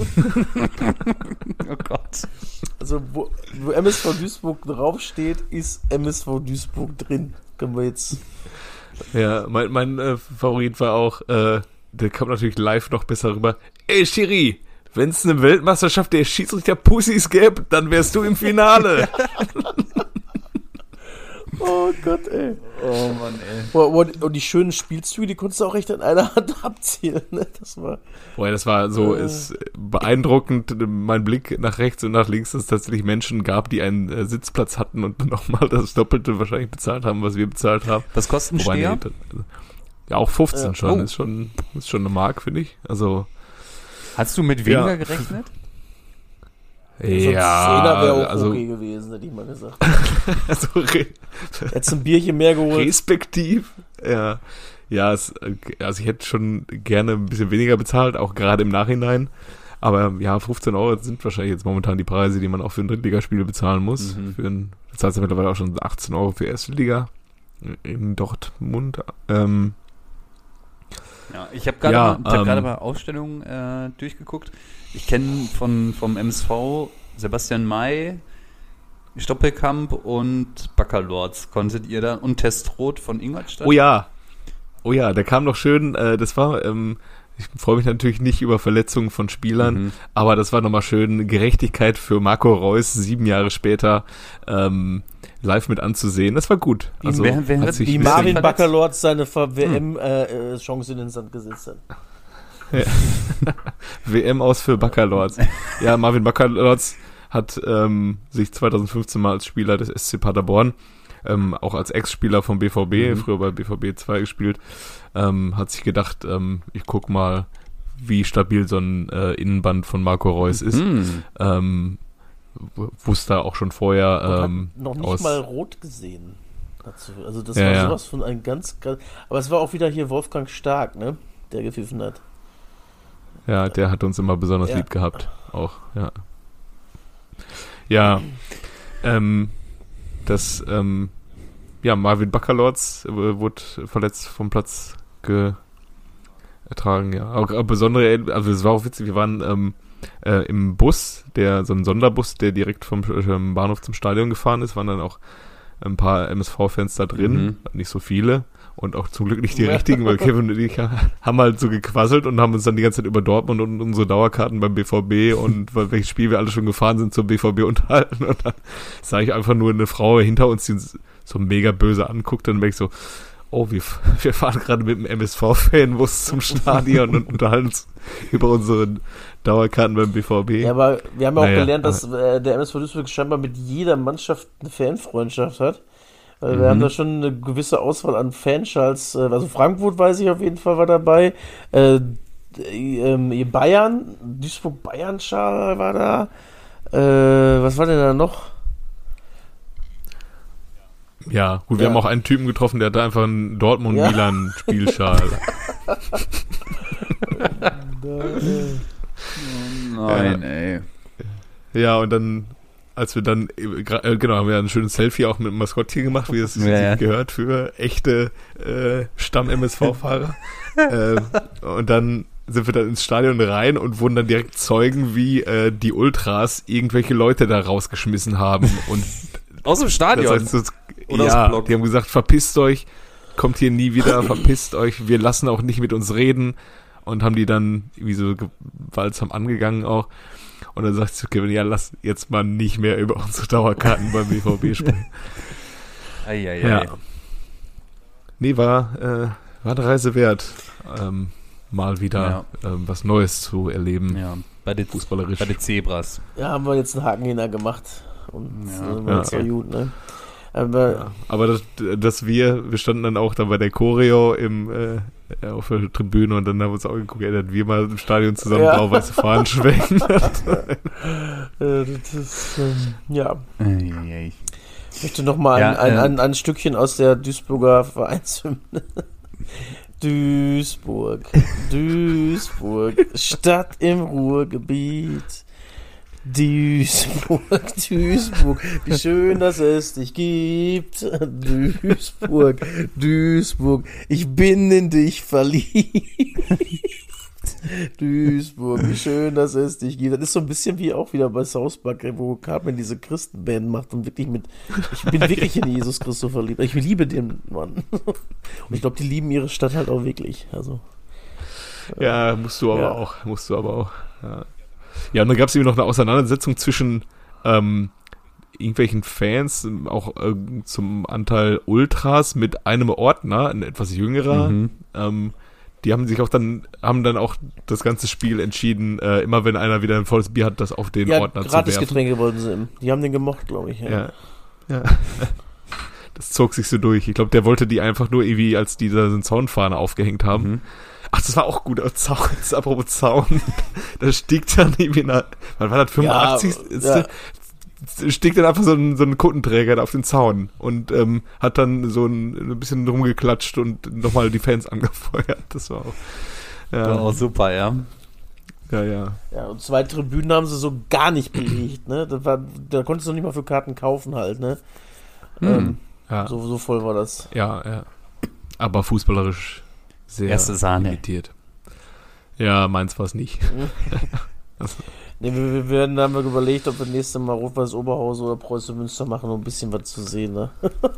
Oh Gott. Also, wo MSV Duisburg draufsteht, ist MSV Duisburg drin. Können wir jetzt... Ja, mein Favorit war auch, der kam natürlich live noch besser rüber. Ey, Schiri, wenn es eine Weltmeisterschaft der Schiedsrichter Pussys gäbe, dann wärst du im Finale. Oh Gott, ey. Oh Mann, ey. Und die schönen Spielzüge, die konntest du auch echt in einer Hand abzielen, ne? Das war so, ist beeindruckend, mein Blick nach rechts und nach links, dass es tatsächlich Menschen gab, die einen Sitzplatz hatten und nochmal das Doppelte wahrscheinlich bezahlt haben, was wir bezahlt haben. Was kostet ein Steher? Ja, auch 15 schon. Ist schon eine Mark, finde ich. Also. Hast du mit weniger gerechnet? Ja, wäre auch okay gewesen, hätte ich mal gesagt. Also, jetzt ein Bierchen mehr geholt. Respektiv. Ja. Ja, also ich hätte schon gerne ein bisschen weniger bezahlt, auch gerade im Nachhinein. Aber ja, 15 € sind wahrscheinlich jetzt momentan die Preise, die man auch für ein Drittligaspiel bezahlen muss. Du zahlst ja mittlerweile auch schon 18 € für Erste Liga in Dortmund. Ja, ich habe gerade mal Ausstellungen durchgeguckt. Ich kenne vom MSV Sebastian May, Stoppelkamp und Baccalords. Konntet ihr da? Und Testroth von Ingolstadt? Oh ja, der kam noch schön. Das war, ich freue mich natürlich nicht über Verletzungen von Spielern, aber das war nochmal schön. Gerechtigkeit für Marco Reus 7 Jahre später live mit anzusehen. Das war gut. Also, wie Marvin Baccalords seine WM-Chance in den Sand gesetzt hat. Ja. WM aus für Baccalords. Ja, Marvin Baccalords hat sich 2015 mal als Spieler des SC Paderborn, auch als Ex-Spieler vom BVB, früher bei BVB 2 gespielt, hat sich gedacht, ich guck mal, wie stabil so ein Innenband von Marco Reus ist. Wusste auch schon vorher noch nicht mal rot gesehen dazu. Also das war sowas von ein ganz, aber es war auch wieder hier Wolfgang Stark, ne, der gepfiffen hat. Ja, der hat uns immer besonders lieb gehabt, auch, ja. Ja, Marvin Baccalords wurde verletzt vom Platz getragen, ja. Auch besondere, also es war auch witzig, wir waren im Bus, so ein Sonderbus, der direkt vom Bahnhof zum Stadion gefahren ist, waren dann auch ein paar MSV-Fans da drin, nicht so viele und auch zum Glück nicht die richtigen, weil Kevin und ich haben halt so gequasselt und haben uns dann die ganze Zeit über Dortmund und unsere Dauerkarten beim BVB und welches Spiel wir alle schon gefahren sind zum BVB unterhalten und dann sah ich einfach nur eine Frau hinter uns, die uns so mega böse anguckt, dann merke ich so, oh, wir fahren gerade mit einem MSV-Fanbus zum Stadion und unterhalten uns über unsere Dauerkarten beim BVB. Ja, aber wir haben ja auch gelernt, dass der MSV Duisburg scheinbar mit jeder Mannschaft eine Fanfreundschaft hat. Wir haben da schon eine gewisse Auswahl an Fanschals. Also Frankfurt, weiß ich auf jeden Fall, war dabei. Bayern, Duisburg-Bayern-Schal war da. Was war denn da noch? Ja, gut, wir haben auch einen Typen getroffen, der hatte einfach einen Dortmund-Milan-Spielschal. Nein, ey. Ja, und dann, als wir dann, genau, haben wir ein schönes Selfie auch mit dem Maskottchen gemacht, wie es gehört für echte Stamm-MSV-Fahrer. Und dann sind wir dann ins Stadion rein und wurden dann direkt Zeugen, wie die Ultras irgendwelche Leute da rausgeschmissen haben. Und aus dem Stadion? Ja, die haben gesagt, verpisst euch, kommt hier nie wieder, verpisst euch, wir lassen auch nicht mit uns reden. Und haben die dann irgendwie so gewaltsam angegangen auch. Und dann sagt Kevin, ja, lass jetzt mal nicht mehr über unsere Dauerkarten beim BVB sprechen. Ja. Nee, war eine Reise wert, mal wieder was Neues zu erleben. Ja, bei den fußballerisch. Bei den Zebras. Ja, haben wir jetzt einen Haken hinter gemacht. Und das war gut, ne? Aber wir standen dann auch da bei der Choreo auf der Tribüne und dann haben wir uns auch geguckt, dass wir mal im Stadion zusammen blau-weiße Fahnen schwenken. Das ist, Ich möchte noch mal ein Stückchen aus der Duisburger Vereinshymne. Duisburg, Stadt im Ruhrgebiet. Duisburg, wie schön, dass es dich gibt. Duisburg, ich bin in dich verliebt. Duisburg, wie schön, dass es dich gibt. Das ist so ein bisschen wie auch wieder bei South Park, wo Cartman diese Christenband macht und wirklich ich bin wirklich in Jesus Christus verliebt. Ich liebe den Mann. Und ich glaube, die lieben ihre Stadt halt auch wirklich. Also, ja, musst du aber auch. Ja, und dann gab es eben noch eine Auseinandersetzung zwischen irgendwelchen Fans, auch zum Anteil Ultras, mit einem Ordner, ein etwas jüngerer. Die haben dann auch das ganze Spiel entschieden, immer wenn einer wieder ein volles Bier hat, das auf den Ordner zu werfen. Gratisgetränke wollten sie ihm. Die haben den gemocht, glaube ich. Ja. Das zog sich so durch. Ich glaube, der wollte die einfach nur irgendwie, als die da so eine Zaunfahne aufgehängt haben. Ach, das war auch gut. Apropos Zaun. Da stieg dann irgendwie wann war das, 85? Stieg dann einfach so ein Kuttenträger da auf den Zaun und hat dann so ein bisschen rumgeklatscht und nochmal die Fans angefeuert. Das war auch super, ja. Ja, und 2 Tribünen haben sie so gar nicht belegt, ne? Da konntest du noch nicht mal für Karten kaufen halt, ne? So voll war das. Ja. Aber fußballerisch sehr erste Sahne. limitiert. Ja, meins war es nicht. Nee, wir haben überlegt, ob wir nächstes Mal Rot-Weiß Oberhausen oder Preußen Münster machen, um ein bisschen was zu sehen, ne?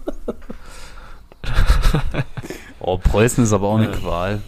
Preußen ist aber auch eine Qual.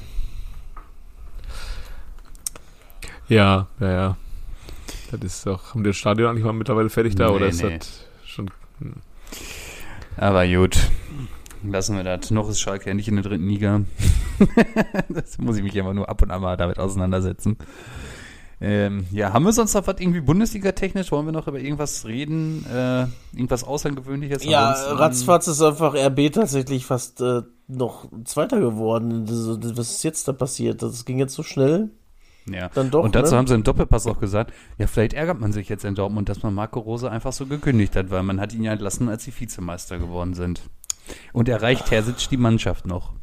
Ja. Das ist doch, haben wir das Stadion eigentlich mal mittlerweile fertig da, oder ist das schon... Aber gut, lassen wir das. Noch ist Schalke ja nicht in der 3. Liga. Das muss ich mich immer nur ab und an mal damit auseinandersetzen. Haben wir sonst noch was irgendwie Bundesliga-technisch? Wollen wir noch über irgendwas reden? Irgendwas Außergewöhnliches? Ja, ratzfatz ist einfach RB tatsächlich fast noch Zweiter geworden. Was ist jetzt da passiert? Das ging jetzt so schnell. Ja, dann doch, und dazu haben sie im Doppelpass auch gesagt, ja, vielleicht ärgert man sich jetzt in Dortmund, dass man Marco Rose einfach so gekündigt hat, weil man hat ihn ja entlassen, als sie Vizemeister geworden sind. Und erreicht Terzic die Mannschaft noch.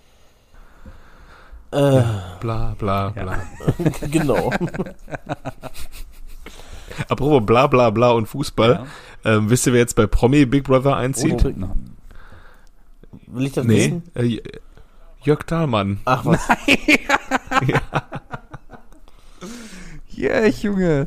Bla, bla, bla. Ja. Genau. Apropos bla, bla, bla und Fußball. Ja. Wisst ihr, wer jetzt bei Promi Big Brother einzieht? Will ich das wissen? Jörg Dahlmann. Ach was. Ja. Yeah, Junge.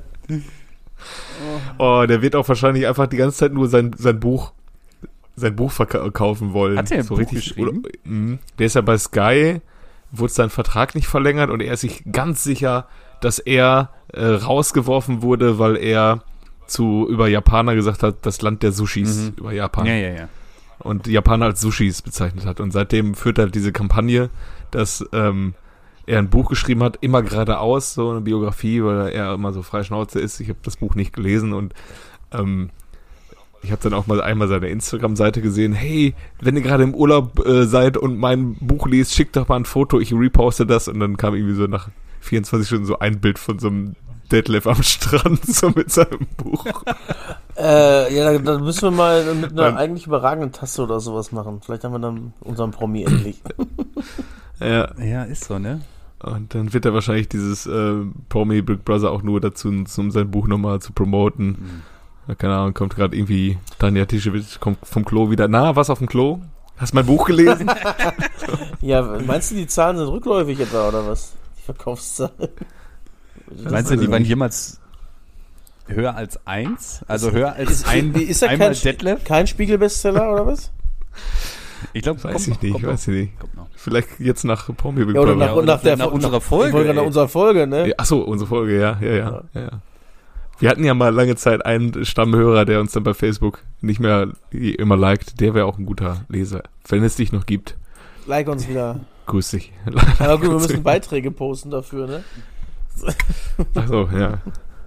Der wird auch wahrscheinlich einfach die ganze Zeit nur sein Buch verkaufen wollen. Hat er ein so Buch richtig geschrieben? Der ist ja bei Sky, wurde sein Vertrag nicht verlängert und er ist sich ganz sicher, dass er rausgeworfen wurde, weil er über Japaner gesagt hat, das Land der Sushis über Japan. Ja. Und Japaner als Sushis bezeichnet hat. Und seitdem führt er diese Kampagne, dass er ein Buch geschrieben hat, immer geradeaus, so eine Biografie, weil er immer so frei Schnauze ist. Ich habe das Buch nicht gelesen und ich habe dann auch mal einmal seine Instagram-Seite gesehen. Hey, wenn ihr gerade im Urlaub seid und mein Buch liest, schickt doch mal ein Foto, ich reposte das. Und dann kam irgendwie so nach 24 Stunden so ein Bild von so einem Detlef am Strand, so mit seinem Buch. Ja, dann müssen wir mal mit einer eigentlich überragenden Tasse oder sowas machen. Vielleicht haben wir dann unseren Promi endlich. Ja, ist so, ne? Und dann wird er wahrscheinlich dieses Promi Big Brother auch nur dazu nutzen, um sein Buch nochmal zu promoten. Keine Ahnung, kommt gerade irgendwie Tanja Tischewitsch, kommt vom Klo wieder. Na, was auf dem Klo? Hast du mein Buch gelesen? Ja, meinst du, die Zahlen sind rückläufig etwa, oder was? Die Verkaufszahlen. Meinst du, die waren jemals höher als 1? Also höher als ist er einmal Detlef? Kein Spiegel-Bestseller, oder was? Ich glaube, weiß ich nicht. Vielleicht jetzt nach Promi Big Ja, oder Brother. nach unserer Folge. Ich wollte gerade nach unserer Folge, ne? Achso, unsere Folge, ja. Wir hatten ja mal lange Zeit einen Stammhörer, der uns dann bei Facebook nicht mehr immer liked. Der wäre auch ein guter Leser. Wenn es dich noch gibt. Like uns wieder. Grüß dich. Aber gut, wir müssen Beiträge posten dafür, ne? Achso, ja.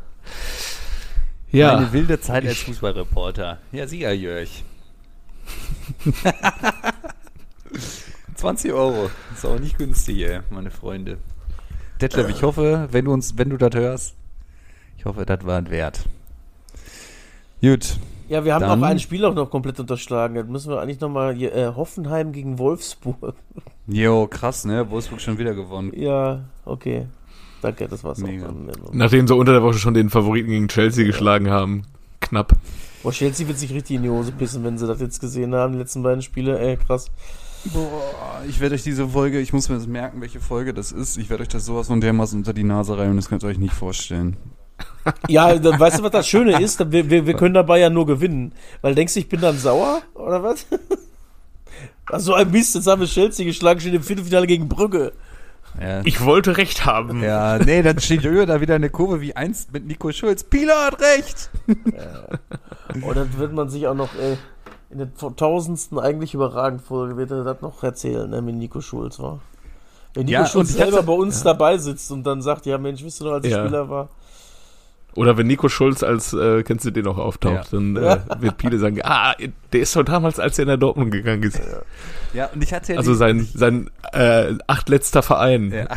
Ja. Eine wilde Zeit als Fußballreporter. Ja, sicher, Jörg. 20 €. Ist auch nicht günstig, ey, meine Freunde. Detlef, ich hoffe, wenn du das hörst, ich hoffe, das war ein Wert. Gut. Ja, wir haben Dann- auch ein Spiel auch noch komplett unterschlagen. Jetzt müssen wir eigentlich nochmal Hoffenheim gegen Wolfsburg. Jo, krass, ne? Wolfsburg schon wieder gewonnen. Ja, okay. Danke, das war's Mega. auch. Nachdem sie unter der Woche schon den Favoriten gegen Chelsea geschlagen haben. Knapp. Boah, Chelsea wird sich richtig in die Hose pissen, wenn sie das jetzt gesehen haben, die letzten beiden Spiele. Krass. Boah, ich werde euch diese Folge, ich muss mir das merken, welche Folge das ist. Ich werde euch das sowas von dermaßen unter die Nase reiben, das könnt ihr euch nicht vorstellen. Ja, dann, weißt du, was das Schöne ist? Wir können dabei ja nur gewinnen. Weil denkst du, ich bin dann sauer? Oder was? Also ein Mist, jetzt haben wir Chelsea geschlagen, steht im Viertelfinale gegen Brügge. Ja. Ich wollte recht haben. Ja, nee, dann steht Jö da wieder eine Kurve wie 1 mit Nico Schulz. Pieler hat recht! Und dann wird man sich auch noch in der 1000. eigentlich überragend Folge, wird er das noch erzählen, ne, mit Nico Schulz, war. Wenn Nico Ja, Schulz und ich selber hatte- bei uns dabei sitzt und dann sagt, ja Mensch, wisst ihr noch, als ich Ja. Spieler war? Oder wenn Nico Schulz als, kennst du den noch, auftaucht, dann wird Piele sagen, der ist doch damals, als er nach Dortmund gegangen ist. Ja, und ich hatte ja Also sein 8 letzter Verein. Ja.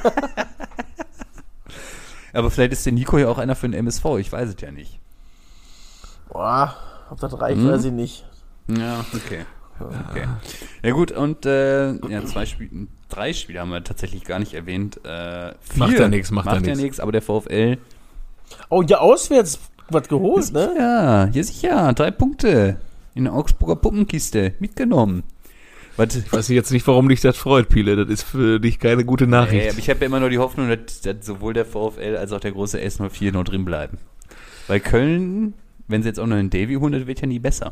Aber vielleicht ist der Nico ja auch einer für den MSV, ich weiß es ja nicht. Boah, ob das reicht, weiß ich nicht. Ja, okay. Ja gut, und 3 Spiele haben wir tatsächlich gar nicht erwähnt. 4 Macht ja nix, macht ja nichts, aber der VfL. Oh, ja, auswärts was geholt, ne? Ja, sicher, 3 Punkte in der Augsburger Puppenkiste mitgenommen. Was, Ich weiß jetzt nicht, warum dich das freut, Piele. Das ist für dich keine gute Nachricht. aber ich habe ja immer nur die Hoffnung, dass sowohl der VfL als auch der große S04 noch drin bleiben. Weil Köln, wenn sie jetzt auch noch einen Davy holen, das wird ja nie besser.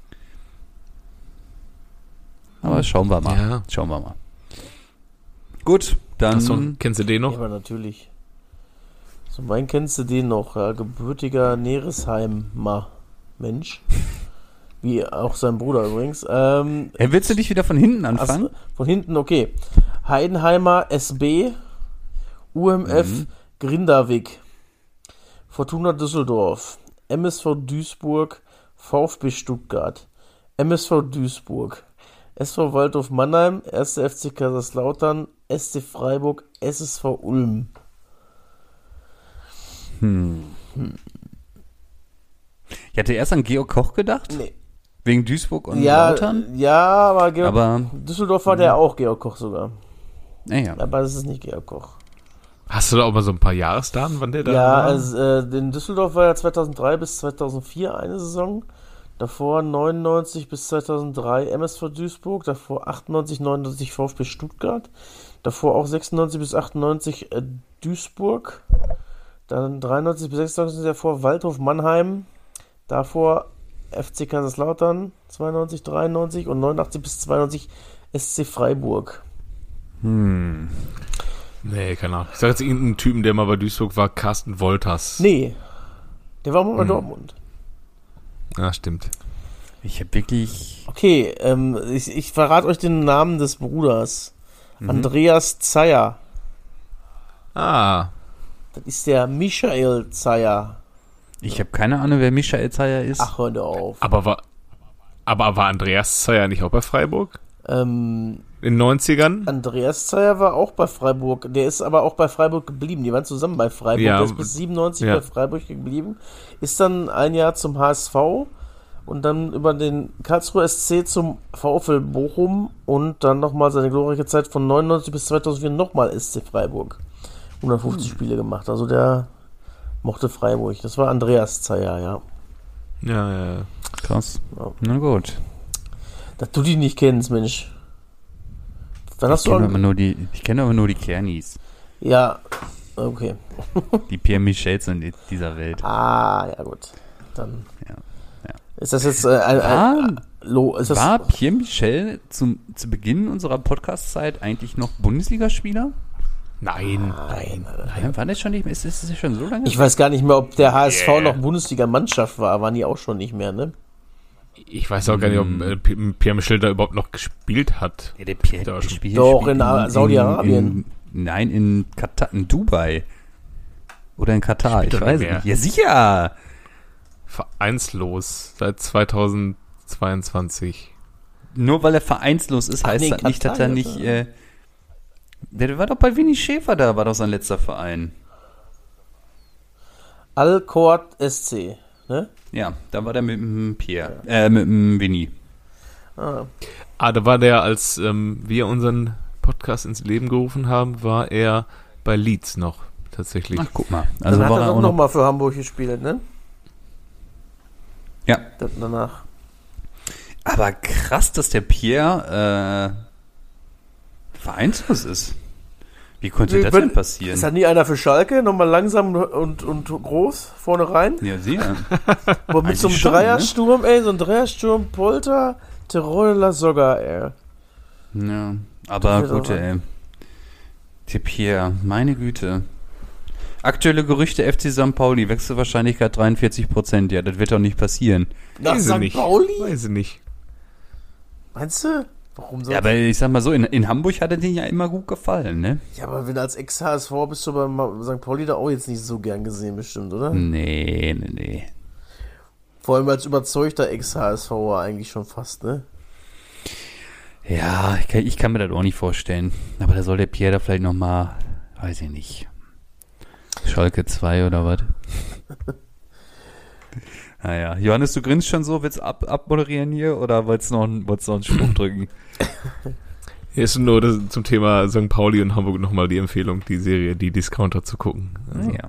Aber schauen wir mal. Ja. Schauen wir mal. Gut, dann. Achso, kennst du den Ja, noch? aber natürlich. So, mein kennst du den noch, ja, gebürtiger Neresheimer Mensch. Wie auch sein Bruder übrigens. Willst du dich wieder von hinten anfangen? Von hinten, okay. Heidenheimer SB, UMF Grindavik, Fortuna Düsseldorf, MSV Duisburg, VfB Stuttgart, MSV Duisburg, SV Waldhof Mannheim, 1. FC Kaiserslautern, SC Freiburg, SSV Ulm. Ich hatte erst an Georg Koch gedacht. Nee. Wegen Duisburg und Ja, Lautern. ja, aber Georg Aber, Düsseldorf war der auch Georg Koch sogar. naja. Aber das ist nicht Georg Koch. Hast du da auch mal so ein paar Jahresdaten, wann der da Ja, war? also, in Düsseldorf war ja 2003 bis 2004 eine Saison. Davor 99 bis 2003 MSV Duisburg. Davor 98, 99 VfB Stuttgart. Davor auch 96 bis 98 Duisburg. Dann 93 bis 96 davor Waldhof Mannheim. Davor FC Kaiserslautern 92, 93 und 89 bis 92 SC Freiburg. Nee, keine Ahnung. Ich sag jetzt irgendeinen Typen, der mal bei Duisburg war, Carsten Wolters. Nee, der war mal bei Dortmund. Ja, stimmt. Ich habe wirklich. Okay, ich verrate euch den Namen des Bruders. Andreas Zeyer. Ah, Das ist der Michael Zeyer. Ich habe keine Ahnung, wer Michael Zeyer ist. Ach, hör dir auf. aber war Andreas Zeyer nicht auch bei Freiburg? Nee, In den 90ern? Andreas Zeyer war auch bei Freiburg. Der ist aber auch bei Freiburg geblieben. Die waren zusammen bei Freiburg. Ja, Der ist bis 97 bei Freiburg geblieben. Ist dann ein Jahr zum HSV und dann über den Karlsruher SC zum VfL Bochum und dann nochmal seine glorreiche Zeit von 99 bis 2004 nochmal SC Freiburg. 150 Spiele gemacht. Also der mochte Freiburg. Das war Andreas Zeyer, ja. Ja. Krass. Ja. Na gut. Dass du die nicht kennst, Mensch. Dann hast Ich du kenne aber nur die Kernis. Ja, okay. Die Pierre Michels in dieser Welt. Ah, ja gut. Dann Ja. ist das jetzt War Pierre Michel zu Beginn unserer Podcast-Zeit eigentlich noch Bundesligaspieler? Nein. War das schon nicht mehr? Ist das schon so lange? Ich weiß gar nicht mehr, ob der HSV noch Bundesliga-Mannschaft war. Waren die auch schon nicht mehr, ne? Ich weiß auch gar nicht, ob Pierre Michel da überhaupt noch gespielt hat. Ja, der Pierre Da schon. spielt Doch, in Saudi-Arabien. Nein, in Katar, in Dubai. Oder in Katar, Spielt ich doch weiß nicht mehr. nicht. Ja, sicher! Vereinslos seit 2022. Nur weil er vereinslos ist, heißt nee, das nicht, dass Katar, er nicht... der war doch bei Winnie Schäfer da, war doch sein letzter Verein. Al-Khord SC, ne? Ja, da war der mit dem Pierre. Mit dem Winnie. Ah. Da war der, als wir unseren Podcast ins Leben gerufen haben, war er bei Leeds noch, tatsächlich. Ach, guck mal. Also Also dann hat war er er doch auch noch... nochmal für Hamburg gespielt, ne? Ja. Danach. Aber krass, dass der Pierre vereinslos ist. Wie konnte das denn passieren? Ist hat nie einer für Schalke? Nochmal langsam und groß vorne rein? Ja, sicher. Aber mit so einem Eigentlich schon, Dreiersturm, ey, so ein Dreiersturm, Polter, Tiroler sogar, ey. Ja, aber Das wird gut, auch ey. Der Pierre, meine Güte. Aktuelle Gerüchte, FC St. Pauli, Wechselwahrscheinlichkeit 43%. Ja, das wird doch nicht passieren. Nach Weiß ich St. nicht. Pauli? Weiß ich nicht. Meinst du? Warum so? Ja, aber ich sag mal so, in Hamburg hat er den ja immer gut gefallen, ne? Ja, aber wenn du als Ex-HSV bist du beim St. Pauli da auch jetzt nicht so gern gesehen, bestimmt, oder? Nee. Vor allem als überzeugter Ex-HSVer eigentlich schon fast, ne? Ja, ich kann mir das auch nicht vorstellen. Aber da soll der Pierre da vielleicht nochmal, weiß ich nicht, Schalke 2 oder was? Naja, Johannes, du grinst schon so, willst abmoderieren hier oder wolltest noch einen Spruch drücken? Hier ist nur zum Thema St. Pauli und Hamburg nochmal die Empfehlung, die Serie Die Discounter zu gucken. Also, Ja.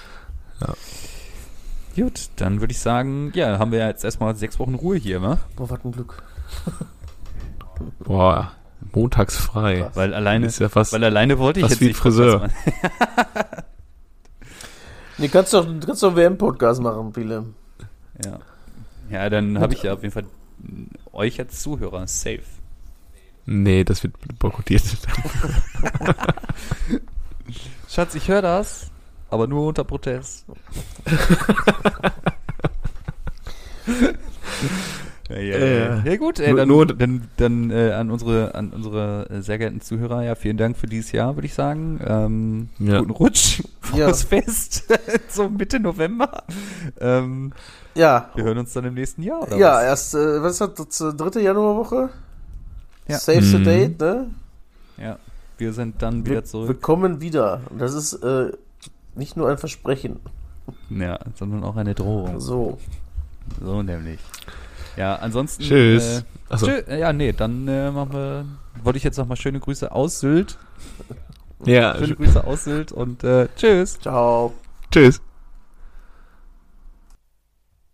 Gut, dann würde ich sagen, ja, haben wir ja jetzt erstmal 6 Wochen Ruhe hier, wa? Boah, was ein Glück. Boah, montags frei. Weil alleine, Ist ja fast wollte ich fast jetzt wie nicht Friseur. Podcast machen. Nee, kannst doch einen WM-Podcast machen, Pile. Ja, dann habe ich ja auf jeden Fall euch als Zuhörer safe. Nee, das wird boykottiert. Schatz, ich höre das, aber nur unter Protest. Ja gut, ey, dann an unsere sehr geehrten Zuhörer, ja, vielen Dank für dieses Jahr, würde ich sagen. Guten Rutsch, frohes Fest, so Mitte November. Ja. Wir hören uns dann im nächsten Jahr, oder Ja, was? erst, was ist das, 3. Januarwoche? Ja. Save the date, ne? Ja, wir sind dann wieder Wir zurück. kommen wieder. Und das ist nicht nur ein Versprechen. Ja, sondern auch eine Drohung. So. So nämlich. Ja, ansonsten. Tschüss. Achso. Dann wollte ich jetzt nochmal schöne Grüße aus Sylt. Ja, Schöne Grüße aus Sylt und tschüss. Ciao. tschüss.